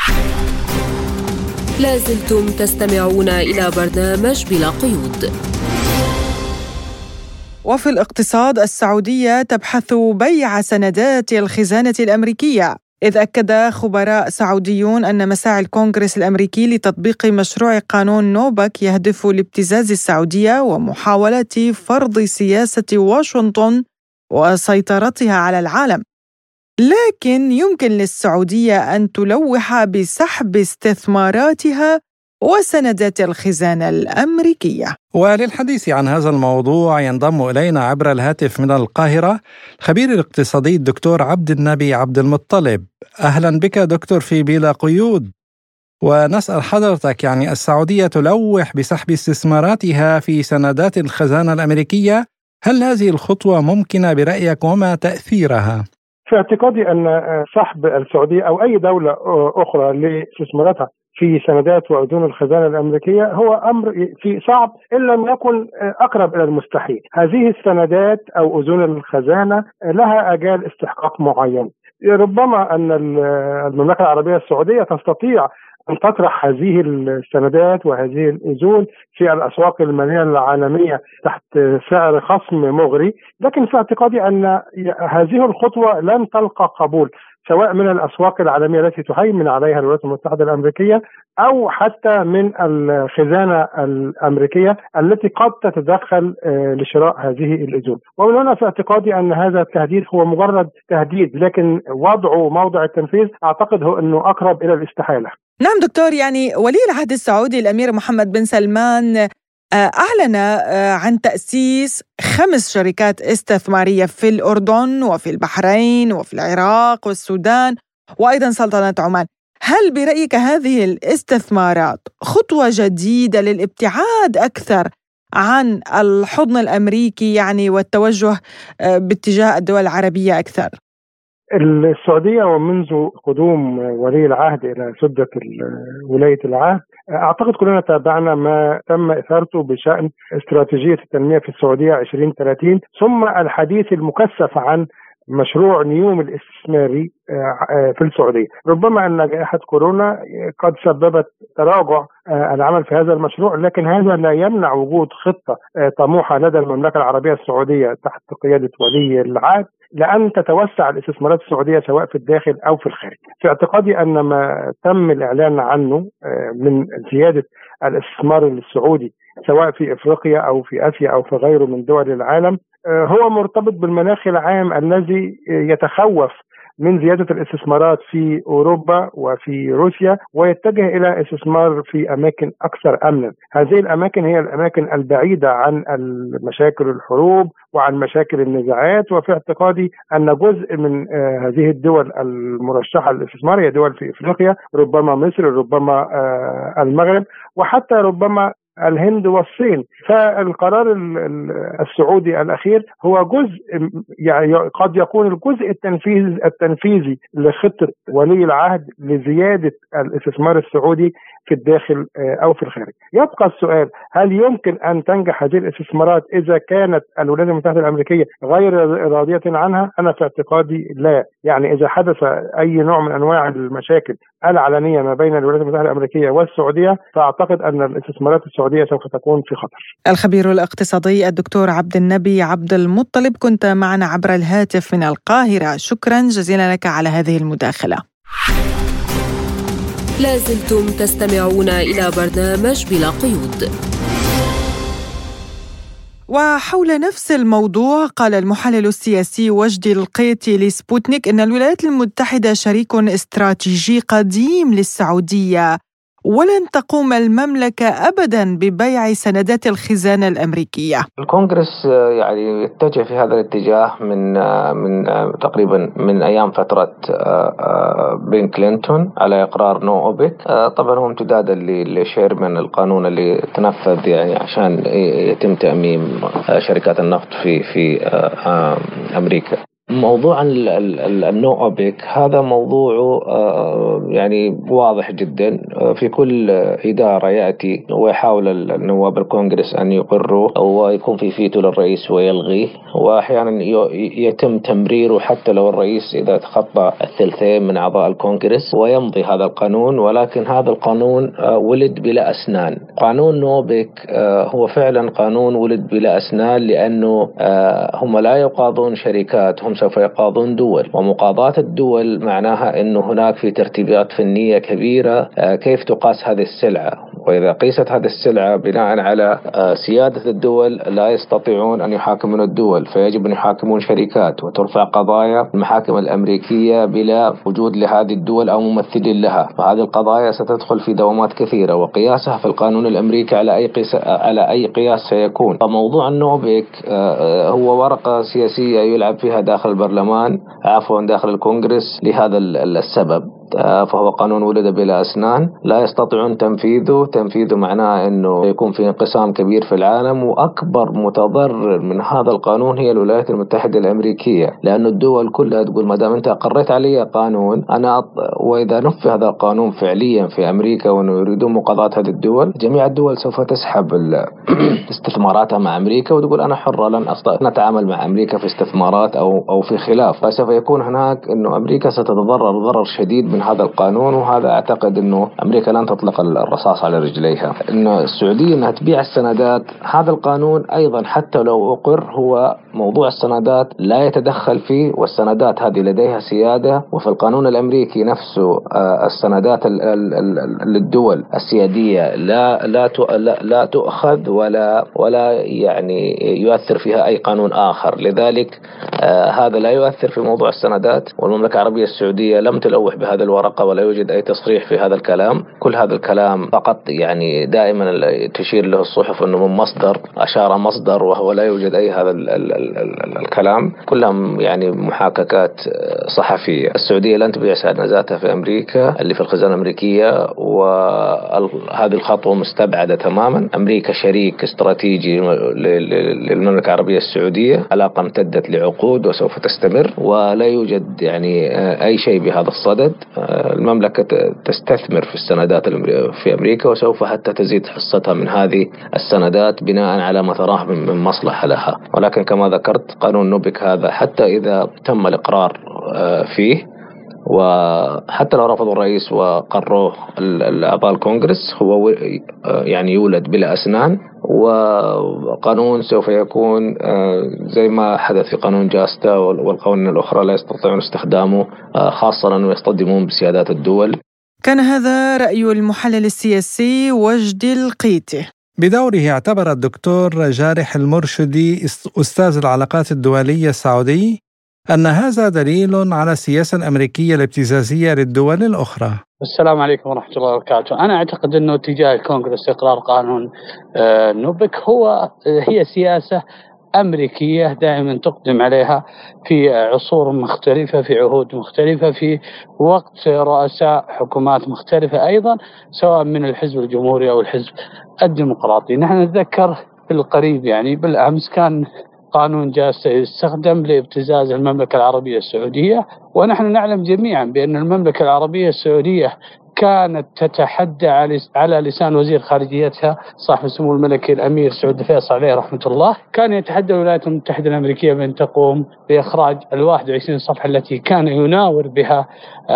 لازلتم تستمعون إلى برنامج بلا قيود. وفي الاقتصاد، السعودية تبحث بيع سندات الخزانة الأمريكية، إذ أكد خبراء سعوديون أن مساعي الكونغرس الأمريكي لتطبيق مشروع قانون نوبك يهدف لابتزاز السعودية ومحاولة فرض سياسة واشنطن وسيطرتها على العالم. لكن يمكن للسعودية أن تلوح بسحب استثماراتها وسندات الخزانة الأمريكية. وللحديث عن هذا الموضوع ينضم إلينا عبر الهاتف من القاهرة الخبير الاقتصادي الدكتور عبد النبي عبد المطلب. أهلا بك دكتور في بلا قيود. ونسأل حضرتك، يعني السعودية تلوح بسحب استثماراتها في سندات الخزانة الأمريكية، هل هذه الخطوة ممكنة برأيك وما تأثيرها؟ في اعتقادي أن سحب السعودية أو أي دولة أخرى لاستثماراتها في سندات وأذون الخزانة الأمريكية هو أمر في صعب إن لم يكن أقرب إلى المستحيل. هذه السندات أو أذون الخزانة لها آجال استحقاق معين. ربما أن المملكة العربية السعودية تستطيع أن تطرح هذه السندات وهذه الأذون في الأسواق المالية العالمية تحت سعر خصم مغري، لكن في اعتقادي أن هذه الخطوة لن تلقى قبول سواء من الأسواق العالمية التي تهيمن عليها الولايات المتحدة الأمريكية أو حتى من الخزانة الأمريكية التي قد تتدخل لشراء هذه الأذون. ومن هنا في اعتقادي أن هذا التهديد هو مجرد تهديد، لكن وضعه موضع التنفيذ أعتقد هو أنه أقرب إلى الاستحالة. نعم دكتور، يعني ولي العهد السعودي الأمير محمد بن سلمان أعلن عن تأسيس 5 شركات استثمارية في الأردن وفي البحرين وفي العراق والسودان وأيضا سلطنة عمان. هل برأيك هذه الاستثمارات خطوة جديدة للابتعاد أكثر عن الحضن الأمريكي يعني والتوجه باتجاه الدول العربية أكثر؟ السعودية ومنذ قدوم ولي العهد إلى سدة ولاية العهد أعتقد كلنا تابعنا ما تم إثارته بشأن استراتيجية التنمية في السعودية 2030، ثم الحديث المكثف عن مشروع نيوم الاستثماري في السعودية. ربما أن جائحة كورونا قد سببت تراجع العمل في هذا المشروع، لكن هذا لا يمنع وجود خطة طموحة لدى المملكة العربية السعودية تحت قيادة ولي العهد لأن تتوسع الاستثمارات السعودية سواء في الداخل أو في الخارج. في اعتقادي أن ما تم الإعلان عنه من زيادة الاستثمار السعودي سواء في إفريقيا أو في آسيا أو في غيره من دول العالم هو مرتبط بالمناخ العام الذي يتخوف من زيادة الاستثمارات في أوروبا وفي روسيا ويتجه إلى استثمار في أماكن أكثر أمنا. هذه الأماكن هي الأماكن البعيدة عن المشاكل الحروب وعن مشاكل النزاعات. وفي اعتقادي أن جزء من هذه الدول المرشحة للاستثمار هي دول في إفريقيا، ربما مصر، ربما المغرب، وحتى ربما الهند والصين. فالقرار السعودي الأخير هو جزء يعني قد يكون الجزء التنفيذي لخطة ولي العهد لزيادة الاستثمار السعودي في الداخل أو في الخارج. يبقى السؤال، هل يمكن أن تنجح هذه الاستثمارات إذا كانت الولايات المتحدة الأمريكية غير راضية عنها؟ أنا في اعتقادي لا. يعني إذا حدث أي نوع من أنواع المشاكل العلنية ما بين الولايات المتحدة الأمريكية والسعودية فأعتقد أن الاستثمارات السعودية سوف تكون في خطر. الخبير الاقتصادي الدكتور عبد النبي عبد المطلب، كنت معنا عبر الهاتف من القاهرة. شكرا جزيلا لك على هذه المداخلة. لازلتم تستمعون إلى برنامج بلا قيود. وحول نفس الموضوع قال المحلل السياسي وجدي القيتي لسبوتنيك إن الولايات المتحدة شريك استراتيجي قديم للسعودية ولن تقوم المملكة أبدا ببيع سندات الخزانة الأمريكية. الكونغرس يعني يتجه في هذا الاتجاه من تقريبا من أيام فترة بن كلينتون على إقرار نو أوبك. طبعا هو امتدادا لشيرمان القانون اللي تنفذ يعني عشان يتم تأميم شركات النفط في أمريكا. موضوع النو أوبك هذا موضوع يعني واضح جدا. في كل إدارة يأتي ويحاول النواب الكونغرس أن يقروا ويكون في فيتو للرئيس ويلغيه، وأحيانا يتم تمريره حتى لو الرئيس إذا تخطى الثلثين من أعضاء الكونغرس ويمضي هذا القانون. ولكن هذا القانون ولد بلا أسنان. قانون نو أوبك هو فعلا قانون ولد بلا أسنان، لأنه هم لا يقاضون شركات، هم سوف يقاضون دول، ومقاضاة الدول معناها أنه هناك في ترتيبات فنية كبيرة كيف تقاس هذه السلعة. وإذا قيست هذه السلعة بناء على سيادة الدول لا يستطيعون أن يحاكمون الدول، فيجب أن يحاكمون شركات، وترفع قضايا المحاكم الأمريكية بلا وجود لهذه الدول أو ممثلين لها. فهذه القضايا ستدخل في دوامات كثيرة، وقياسها في القانون الأمريكي على أي قياس سيكون. فموضوع النوبك هو ورقة سياسية يلعب فيها داخل البرلمان، داخل الكونغرس لهذا السبب. فهو قانون ولد بلا أسنان، لا يستطيعون تنفيذه معناه أنه يكون في انقسام كبير في العالم. وأكبر متضرر من هذا القانون هي الولايات المتحدة الأمريكية، لأن الدول كلها تقول ما دام أنت أقريت علي قانون وإذا نفذ هذا القانون فعليا في أمريكا وأنه يريدون مقاضاة هذه الدول، جميع الدول سوف تسحب استثماراتها مع أمريكا وتقول أنا حرة لن نتعامل مع أمريكا في استثمارات أو في خلاف. فسوف يكون هناك أنه أمريكا ستتضرر ضرر شديد من هذا القانون. وهذا أعتقد أنه أمريكا لن تطلق الرصاص على رجليها. أنه السعودية أنها تبيع السندات، هذا القانون أيضا حتى لو أقر هو موضوع السندات لا يتدخل فيه، والسندات هذه لديها سيادة. وفي القانون الأمريكي نفسه السندات للدول السيادية لا تؤخذ ولا يعني يؤثر فيها أي قانون آخر. لذلك هذا لا يؤثر في موضوع السندات. والمملكة العربية السعودية لم تلوح بهذا الورقة ولا يوجد أي تصريح في هذا الكلام. كل هذا الكلام فقط يعني دائما تشير له الصحف أنه من مصدر، أشار مصدر، وهو لا يوجد أي هذا الكلام. كلهم يعني محاككات صحفية. السعودية لن تبيع سنداتها في أمريكا اللي في الخزانة الأمريكية، وهذه الخطوة مستبعدة تماما. أمريكا شريك استراتيجي للمملكة العربية السعودية، علاقة امتدت لعقود وسوف تستمر، ولا يوجد يعني أي شيء بهذا الصدد. المملكة تستثمر في السندات في أمريكا، وسوف حتى تزيد حصتها من هذه السندات بناء على ما تراه من مصلحة لها. ولكن كما ذكرت قانون نوبك هذا حتى إذا تم الإقرار فيه، وحتى لو رفضوا الرئيس وقروه الأعضاء الكونغرس، هو يعني يولد بلا أسنان، وقانون سوف يكون زي ما حدث في قانون جاستا والقوانين الأخرى لا يستطيعون استخدامه، خاصة أنه يصطدمون بسيادات الدول. كان هذا رأي المحلل السياسي وجدي القيتي. بدوره اعتبر الدكتور جارح المرشدي أستاذ العلاقات الدولية السعودي أن هذا دليل على السياسة الأمريكية الابتزازية للدول الأخرى. السلام عليكم ورحمة الله وبركاته. أنا أعتقد أنه اتجاه الكونغرس إقرار قانون نوبك هي سياسة أمريكية دائما تقدم عليها في عصور مختلفة، في عهود مختلفة، في وقت رؤساء حكومات مختلفة أيضا، سواء من الحزب الجمهوري أو الحزب الديمقراطي. نحن نتذكر بالقريب يعني بالأمس كان قانون جاستا يستخدم لابتزاز المملكة العربية السعودية، ونحن نعلم جميعا بأن المملكة العربية السعودية كانت تتحدى على لسان وزير خارجيتها صاحب السمو الملكي الأمير سعود الفيصل عليه رحمة الله، كان يتحدى الولايات المتحدة الأمريكية بأن تقوم بإخراج 21 صفحة التي كان يناور بها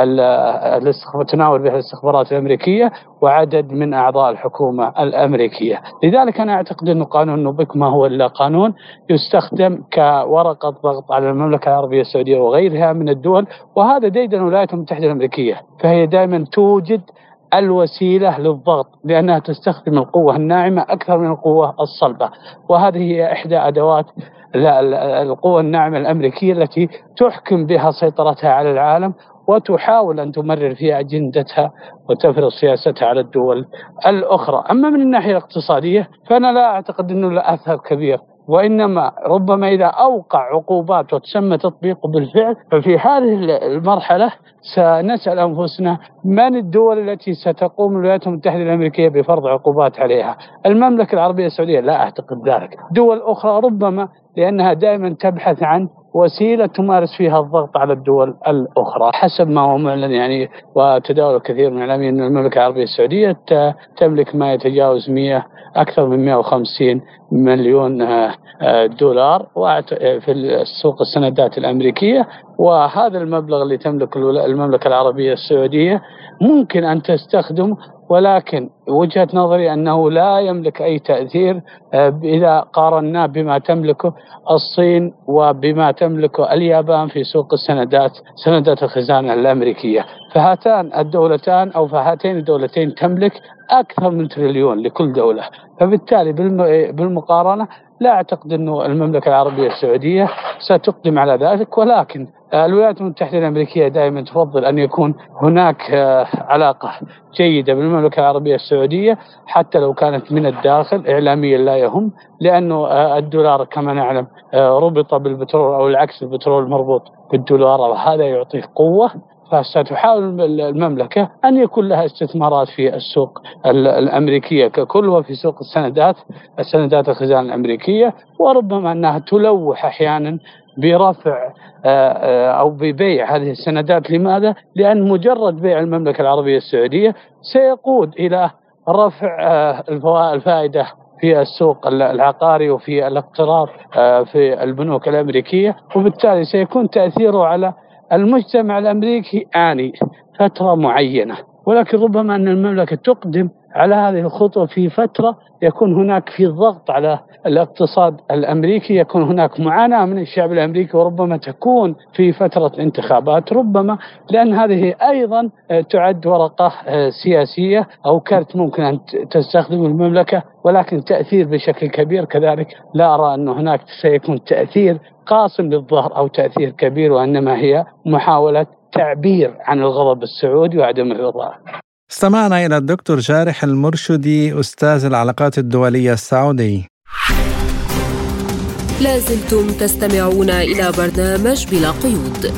الاستخبارات الأمريكية وعدد من أعضاء الحكومة الأمريكية. لذلك أنا أعتقد أن قانون نوبك ما هو إلا قانون يستخدم كورقة ضغط على المملكة العربية السعودية وغيرها من الدول، وهذا ديدن الولايات المتحدة الأمريكية، فهي دائما توجد الوسيلة للضغط لأنها تستخدم القوة الناعمة أكثر من القوة الصلبة، وهذه هي إحدى أدوات القوة الناعمة الأمريكية التي تحكم بها سيطرتها على العالم وتحاول أن تمرر فيها أجندتها وتفرض سياستها على الدول الأخرى. أما من الناحية الاقتصادية فأنا لا أعتقد أنه له أثر كبير، وإنما ربما إذا أوقع عقوبات وتسمى تطبيقه بالفعل، ففي هذه المرحلة سنسأل أنفسنا من الدول التي ستقوم الولايات المتحدة الأمريكية بفرض عقوبات عليها. المملكة العربية السعودية لا أعتقد ذلك، دول أخرى ربما، لأنها دائما تبحث عن وسيلة تمارس فيها الضغط على الدول الأخرى. حسب ما هو معلن يعني وتداول كثير من الإعلاميين أن المملكة العربية السعودية تملك ما يتجاوز أكثر من 150 مليون دولار في السوق السندات الأمريكية، وهذا المبلغ اللي تملك المملكة العربية السعودية ممكن أن تستخدمه، ولكن وجهة نظري أنه لا يملك أي تأثير إذا قارنا بما تملكه الصين وبما تملكه اليابان في سوق سندات الخزانة الأمريكية. فهاتين الدولتين تملك أكثر من تريليون لكل دولة، فبالتالي بالمقارنة لا أعتقد أن المملكة العربية السعودية ستقدم على ذلك. ولكن الولايات المتحدة الأمريكية دائما تفضل أن يكون هناك علاقة جيدة بالمملكة العربية السعودية حتى لو كانت من الداخل، إعلاميا لا يهم، لأنه الدولار كما نعلم ربط بالبترول، أو العكس، البترول مربوط بالدولار، وهذا يعطيه قوة. فستحاول المملكة أن يكون لها استثمارات في السوق الأمريكية ككل وفي سوق السندات الخزانة الأمريكية، وربما أنها تلوح أحيانا برفع أو ببيع هذه السندات. لماذا؟ لأن مجرد بيع المملكة العربية السعودية سيقود إلى رفع الفائدة في السوق العقاري وفي الاقتراض في البنوك الأمريكية، وبالتالي سيكون تأثيره على المجتمع الأمريكي آني فترة معينة. ولكن ربما أن المملكة تقدم على هذه الخطوة في فترة يكون هناك في ضغط على الاقتصاد الأمريكي، يكون هناك معاناة من الشعب الأمريكي، وربما تكون في فترة انتخابات، ربما لأن هذه أيضا تعد ورقة سياسية أو كارت ممكن أن تستخدم المملكة، ولكن تأثير بشكل كبير كذلك لا أرى أن هناك سيكون تأثير قاصم للظهر أو تأثير كبير، وإنما هي محاولة تعبير عن الغضب السعودي وعدم الرضا. استمعنا إلى الدكتور جارح المرشدي أستاذ العلاقات الدولية السعودي. لازلتم تستمعون إلى برنامج بلا قيود.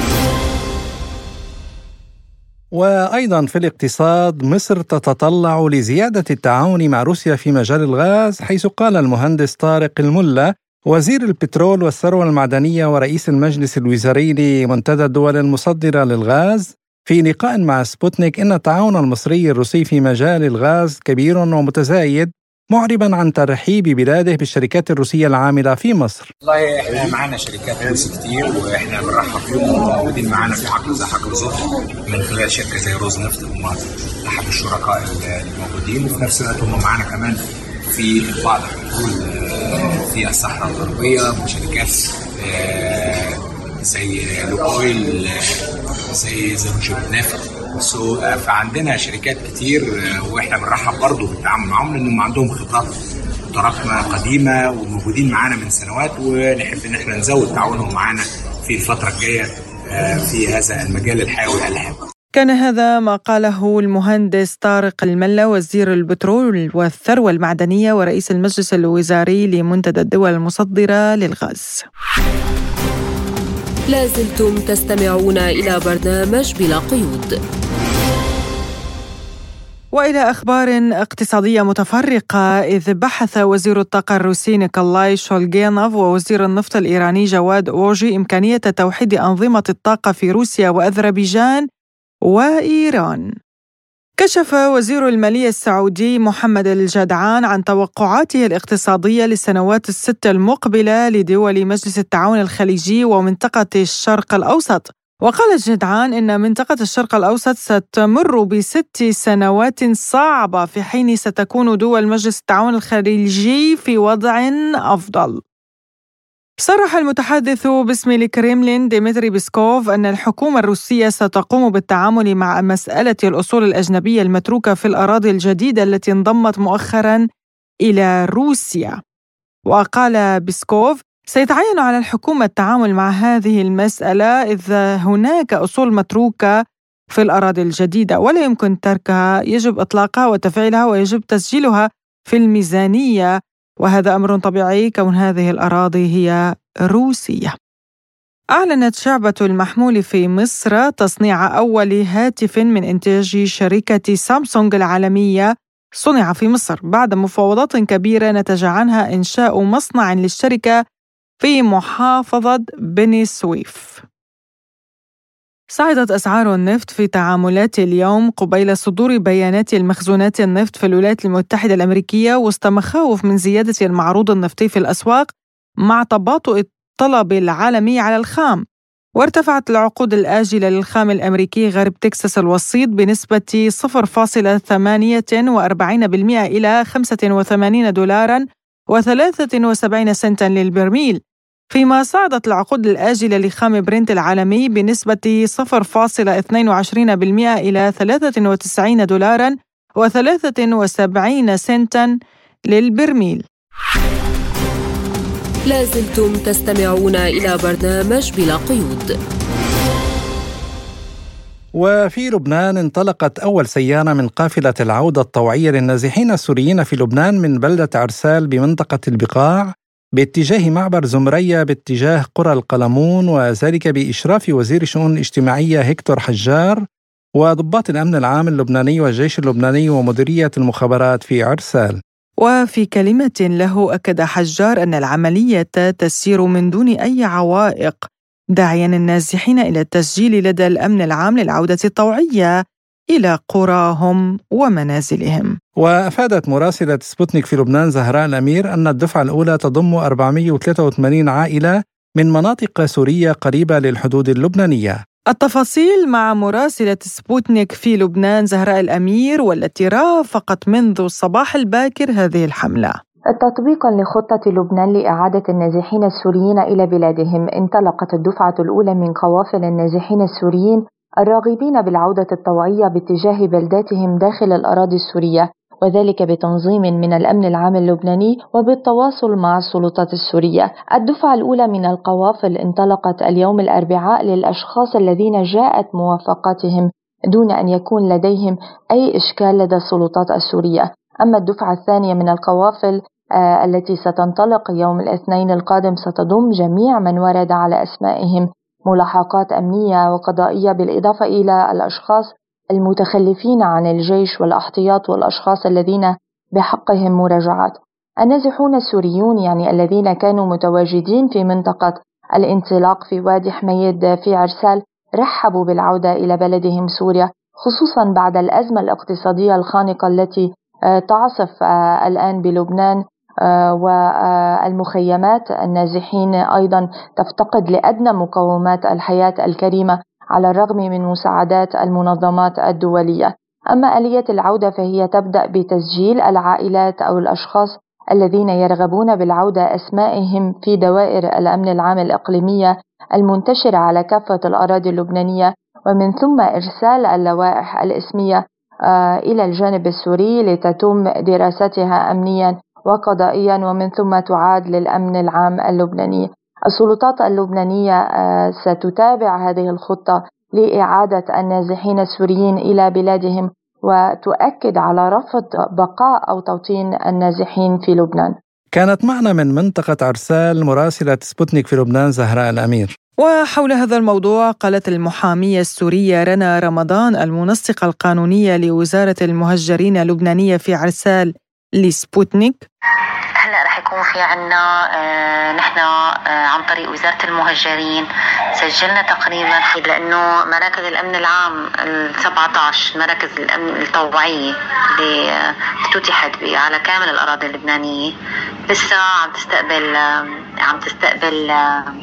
وأيضا في الاقتصاد، مصر تتطلع لزيادة التعاون مع روسيا في مجال الغاز، حيث قال المهندس طارق الملا وزير البترول والثروة المعدنية ورئيس المجلس الوزاري لمنتدى الدول المصدرة للغاز في لقاء مع سبوتنيك إن التعاون المصري الروسي في مجال الغاز كبير ومتزايد، معربا عن ترحيب بلاده بالشركات الروسية العاملة في مصر. والله احنا معنا شركات روسي كتير واحنا بنرحب فيهم، موجودين معنا في حقل زي حقل زهر من خلال شركة زي روز نفط، هم أحد الشركاء الموجودين، وفي نفس الوقت هم معنا كمان في بعض الحقول في الصحراء الغربية من شركات زي لوكويل، زي زوجة نفط. فعندنا شركات كتير واحنا بنرحب برضه بالتعامل معهم، لانهم عندهم خبرات متراكمه قديمه وموجودين معانا من سنوات، ونحب ان احنا نزود تعاونهم معانا في الفتره الجايه في هذا المجال الحيوي والالهام. كان هذا ما قاله المهندس طارق الملا وزير البترول والثروة المعدنية ورئيس المجلس الوزاري لمنتدى الدول المصدرة للغاز. لازلتم تستمعون إلى برنامج بلا قيود. وإلى أخبار اقتصادية متفرقة، إذ بحث وزير الطاقة الروسي نيكولاي شولغينوف ووزير النفط الإيراني جواد أوجي إمكانية توحيد أنظمة الطاقة في روسيا وأذربيجان وإيران. كشف وزير المالية السعودي محمد الجدعان عن توقعاته الاقتصادية للسنوات الست المقبلة لدول مجلس التعاون الخليجي ومنطقة الشرق الأوسط. وقال الجدعان إن منطقة الشرق الأوسط ستمر ب6 سنوات صعبة، في حين ستكون دول مجلس التعاون الخليجي في وضع أفضل. صرح المتحدث باسم الكريملين ديمتري بيسكوف أن الحكومة الروسية ستقوم بالتعامل مع مسألة الأصول الأجنبية المتروكة في الأراضي الجديدة التي انضمت مؤخرا إلى روسيا. وقال بيسكوف: سيتعين على الحكومة التعامل مع هذه المسألة، إذ هناك أصول متروكة في الأراضي الجديدة ولا يمكن تركها، يجب إطلاقها وتفعيلها ويجب تسجيلها في الميزانية، وهذا أمر طبيعي كون هذه الأراضي هي روسية. أعلنت شعبة المحمول في مصر تصنيع أول هاتف من إنتاج شركة سامسونج العالمية صنع في مصر، بعد مفاوضات كبيرة نتج عنها إنشاء مصنع للشركة في محافظة بني سويف. صعدت أسعار النفط في تعاملات اليوم قبيل صدور بيانات المخزونات النفط في الولايات المتحدة الأمريكية وسط مخاوف من زيادة المعروض النفطي في الأسواق مع تباطؤ الطلب العالمي على الخام. وارتفعت العقود الآجلة للخام الأمريكي غرب تكساس الوسيط بنسبة 0.48% إلى $85.73 للبرميل، فيما صعدت العقود الآجلة لخام برنت العالمي بنسبة 0.22% إلى $93.73 للبرميل. لازلتم تستمعون إلى برنامج بلا قيود. وفي لبنان انطلقت أول سيارة من قافلة العودة الطوعية للنازحين السوريين في لبنان من بلدة عرسال بمنطقة البقاع باتجاه معبر زمرية باتجاه قرى القلمون، وذلك بإشراف وزير الشؤون الاجتماعية هيكتور حجار وضباط الأمن العام اللبناني والجيش اللبناني ومديرية المخابرات في عرسال. وفي كلمة له أكد حجار أن العملية تسير من دون أي عوائق، داعياً النازحين إلى التسجيل لدى الأمن العام للعودة الطوعية إلى قراهم ومنازلهم. وأفادت مراسلة سبوتنيك في لبنان زهراء الأمير أن الدفعة الأولى تضم 483 عائلة من مناطق سورية قريبة للحدود اللبنانية. التفاصيل مع مراسلة سبوتنيك في لبنان زهراء الأمير، والتي رافقت منذ الصباح الباكر هذه الحملة. تطبيقا لخطة لبنان لإعادة النازحين السوريين إلى بلادهم، انطلقت الدفعة الأولى من قوافل النازحين السوريين الراغبين بالعودة الطوعية باتجاه بلداتهم داخل الأراضي السورية، وذلك بتنظيم من الأمن العام اللبناني وبالتواصل مع السلطات السورية. الدفعة الأولى من القوافل انطلقت اليوم الأربعاء للأشخاص الذين جاءت موافقتهم دون أن يكون لديهم أي إشكال لدى السلطات السورية. أما الدفعة الثانية من القوافل التي ستنطلق يوم الاثنين القادم ستضم جميع من ورد على أسمائهم ملاحقات أمنية وقضائية، بالإضافة إلى الأشخاص المتخلفين عن الجيش والاحتياط والأشخاص الذين بحقهم مراجعات. النازحون السوريون يعني الذين كانوا متواجدين في منطقة الانطلاق في وادي حميد في عرسال رحبوا بالعودة إلى بلدهم سوريا، خصوصا بعد الأزمة الاقتصادية الخانقة التي تعصف الآن بلبنان، والمخيمات النازحين أيضا تفتقد لأدنى مقومات الحياة الكريمة على الرغم من مساعدات المنظمات الدولية. أما آلية العودة فهي تبدأ بتسجيل العائلات أو الأشخاص الذين يرغبون بالعودة أسمائهم في دوائر الأمن العام الإقليمية المنتشرة على كافة الأراضي اللبنانية، ومن ثم إرسال اللوائح الإسمية إلى الجانب السوري لتتم دراستها أمنيا وقضائيا، ومن ثم تعاد للأمن العام اللبناني. السلطات اللبنانية ستتابع هذه الخطة لإعادة النازحين السوريين إلى بلادهم وتؤكد على رفض بقاء أو توطين النازحين في لبنان. كانت معنا من منطقة عرسال مراسلة سبوتنيك في لبنان زهراء الأمير. وحول هذا الموضوع قالت المحامية السورية رنا رمضان المنسقة القانونية لوزارة المهجرين اللبنانية في عرسال لسبوتنيك: هلا رح يكون في عنا نحن عن طريق وزارة المهجرين سجلنا تقريبا، لأنه مراكز الأمن العام 17 مراكز الأمن الطوعية اللي افتتحت على كامل الأراضي اللبنانية لسه عم تستقبل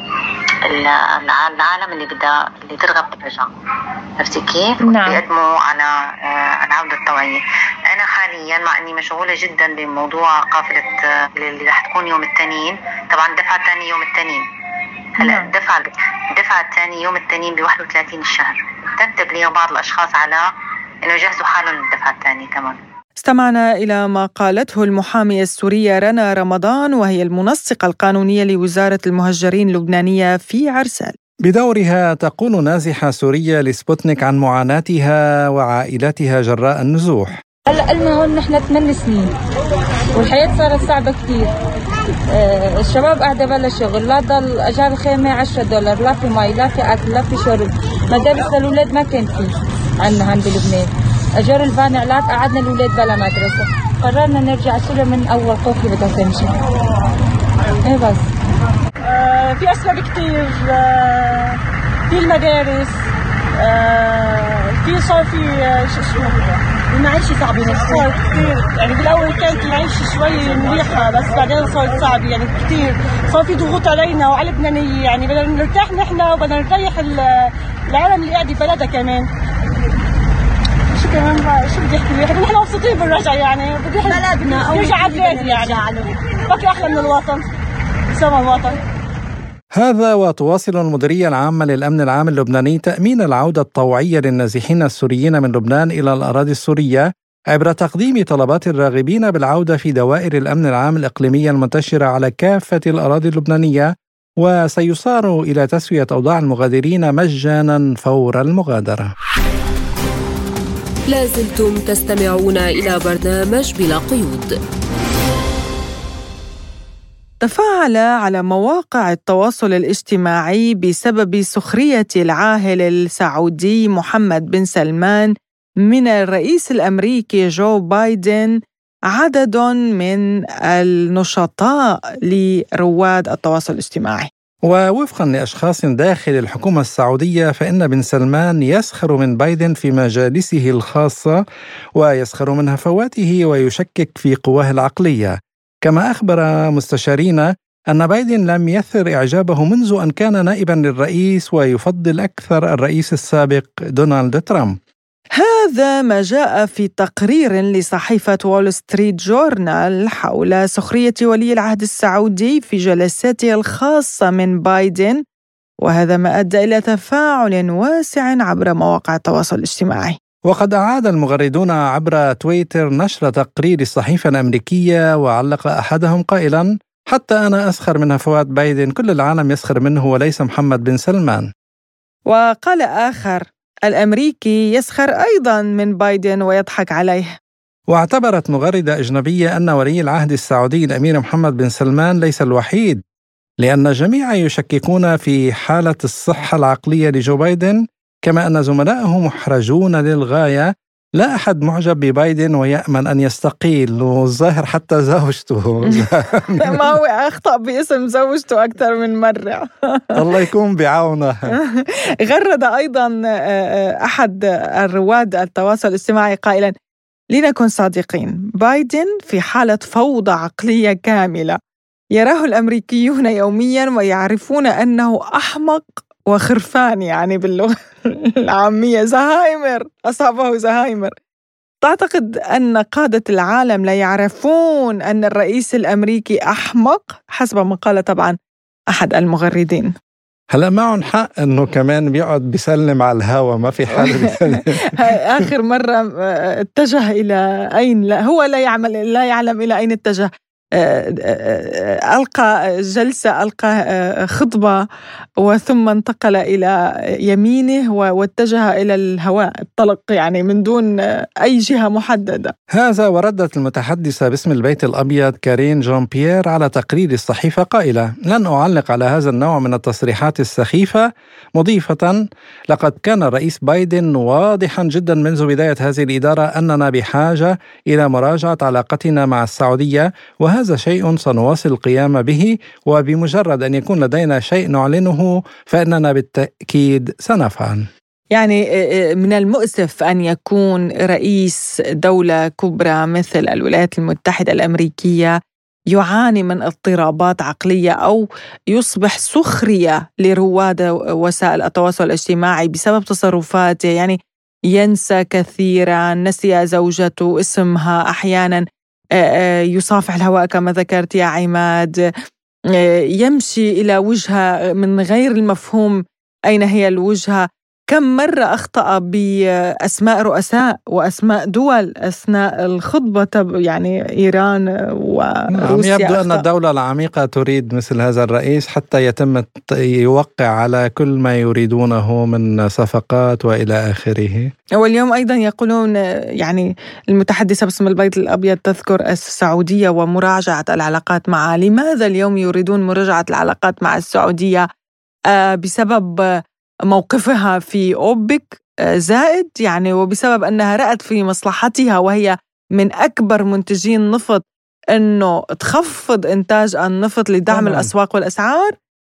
العالم اللي ترغب بالرجعة. عرفتي كيف؟ نعم. بيقدموا على العودة الطوعية. أنا حاليا مع إني مشغولة جدا بموضوع قافلة اللي رح تكون يوم التنين، طبعا الدفعة الثانية يوم التنين. هلا الدفعة الثانية يوم التنين ب31 الشهر. تنتبه لي بعض الأشخاص على إنه يجهزوا حالهم للدفعة الثانية كمان. استمعنا إلى ما قالته المحامية السورية رنا رمضان، وهي المنسقة القانونية لوزارة المهجرين اللبنانية في عرسال. بدورها تقول نازحة سورية لسبوتنيك عن معاناتها وعائلتها جراء النزوح. هلا قلنا هون نحن 8 سنين والحياة صارت صعبة كتير. الشباب قاعدة بلا شغل، لا ضل أجار خيمة $10، لا في مي لا في أكل لا في شرب، مدارس للأولاد ما كان في عندنا هون بلبنان، أجار الفانعلات قعدنا الأولاد بلا مدرسة. قررنا نرجع سوريا من أول قفلة بدها تمشي. إيه بس في أسباب كتير، في المدارس، في صار في المعيشة صعبة صار كتير. يعني بالأول كانت المعيشة شوي مريحة بس بعدين صارت صعبة يعني كتير. صار في ضغوط علينا وعلى لبنانية، يعني بدنا نرتاح نحن وبدنا نريح العالم اللي قاعدة ببلدها كمان. شو كمان شو بدي احكي لك؟ نحن مبسوطين بالرجعة، يعني بدي بلدنا نرجع على بلادي، يعني بكي أحلى من الوطن سما الوطن. هذا وتواصل المديرية العامة للأمن العام اللبناني تأمين العودة الطوعية للنازحين السوريين من لبنان إلى الأراضي السورية عبر تقديم طلبات الراغبين بالعودة في دوائر الأمن العام الإقليمية المنتشرة على كافة الأراضي اللبنانية، وسيصار إلى تسوية أوضاع المغادرين مجانا فور المغادرة. لازلتم تستمعون إلى برنامج بلا قيود. تفاعل على مواقع التواصل الاجتماعي بسبب سخرية العاهل السعودي محمد بن سلمان من الرئيس الأمريكي جو بايدن عدد من النشطاء لرواد التواصل الاجتماعي. ووفقا لأشخاص داخل الحكومة السعودية فإن بن سلمان يسخر من بايدن في مجالسه الخاصة ويسخر من هفواته ويشكك في قواه العقلية. كما أخبر مستشارين أن بايدن لم يثر إعجابه منذ أن كان نائبا للرئيس ويفضل أكثر الرئيس السابق دونالد ترامب. هذا ما جاء في تقرير لصحيفة وول ستريت جورنال حول سخرية ولي العهد السعودي في جلساته الخاصة من بايدن، وهذا ما أدى إلى تفاعل واسع عبر مواقع التواصل الاجتماعي. وقد أعاد المغردون عبر تويتر نشر تقرير الصحيفة الأمريكية، وعلق أحدهم قائلا: حتى أنا أسخر من هفوات بايدن، كل العالم يسخر منه وليس محمد بن سلمان. وقال آخر: الأمريكي يسخر أيضا من بايدن ويضحك عليه. واعتبرت مغردة أجنبية أن ولي العهد السعودي الأمير محمد بن سلمان ليس الوحيد، لأن الجميع يشككون في حالة الصحة العقلية لجو بايدن، كما أن زملائه محرجون للغاية. لا أحد معجب ببايدن ويأمن أن يستقيل، والظاهر حتى زوجته ما هو أخطأ باسم زوجته أكثر من مرة. الله يكون بعونه. غرد أيضا أحد الرواد التواصل الاجتماعي قائلا: لنكن صادقين، بايدن في حالة فوضى عقلية كاملة، يراه الأمريكيون يوميا ويعرفون أنه أحمق وخرفان، يعني باللغة العامية زهايمر، أصابه زهايمر. تعتقد أن قادة العالم لا يعرفون أن الرئيس الأمريكي أحمق؟ حسب ما قال طبعا أحد المغردين. هلا معهم حق أنه كمان بيقعد بيسلم على الهوا، ما في حال آخر مرة اتجه إلى أين؟ لا هو لا يعلم إلى أين اتجه. ألقى جلسة، ألقى خطبة، وثم انتقل إلى يمينه واتجه إلى الهواء الطلق، يعني من دون أي جهة محددة. هذا وردت المتحدثة باسم البيت الأبيض كارين جون بيير على تقرير الصحيفة قائلة: لن أعلق على هذا النوع من التصريحات السخيفة، مضيفة: لقد كان الرئيس بايدن واضحا جدا منذ بداية هذه الإدارة أننا بحاجة إلى مراجعة علاقتنا مع السعودية، وهذا شيء سنواصل القيام به، وبمجرد أن يكون لدينا شيء نعلنه فإننا بالتأكيد سنفعل. يعني من المؤسف أن يكون رئيس دولة كبرى مثل الولايات المتحدة الأمريكية يعاني من اضطرابات عقلية أو يصبح سخرية لرواد وسائل التواصل الاجتماعي بسبب تصرفاته. يعني ينسى كثيرا، نسي زوجته اسمها، أحيانا يصافح الهواء كما ذكرت يا عماد، يمشي إلى وجهة من غير المفهوم أين هي الوجهة. كم مرة أخطأ بأسماء رؤساء وأسماء دول أثناء الخطبة، يعني إيران وروسيا. يبدو أن الدولة العميقة تريد مثل هذا الرئيس حتى يتم يوقع على كل ما يريدونه من صفقات وإلى آخره. واليوم أيضا يقولون، يعني المتحدثة باسم البيت الأبيض تذكر السعودية ومراجعة العلاقات معها. لماذا اليوم يريدون مراجعة العلاقات مع السعودية؟ بسبب موقفها في أوبك زائد، يعني وبسبب أنها رأت في مصلحتها وهي من أكبر منتجين نفط أنه تخفض إنتاج النفط لدعم الأسواق والأسعار.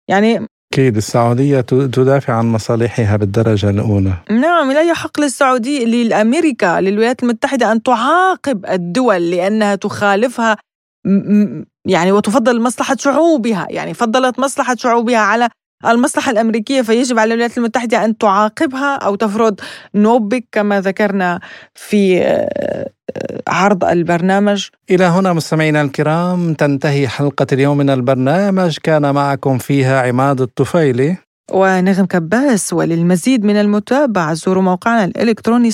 يعني أكيد السعودية تدافع عن مصالحها بالدرجة الأولى. نعم، لا يحق للسعودية للأمريكا للولايات المتحدة أن تعاقب الدول لأنها تخالفها يعني وتفضل مصلحة شعوبها، يعني فضلت مصلحة شعوبها على المصلحة الأمريكية، فيجب على الولايات المتحدة أن تعاقبها أو تفرض نوبك كما ذكرنا في عرض البرنامج. إلى هنا مستمعينا الكرام تنتهي حلقة اليوم من البرنامج، كان معكم فيها عماد الطفيلي ونغم كباس. وللمزيد من المتابعة زوروا موقعنا الإلكتروني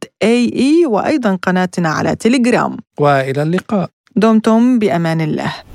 sputnik.arabic.ae وأيضا قناتنا على تليجرام. وإلى اللقاء. دمتم بأمان الله.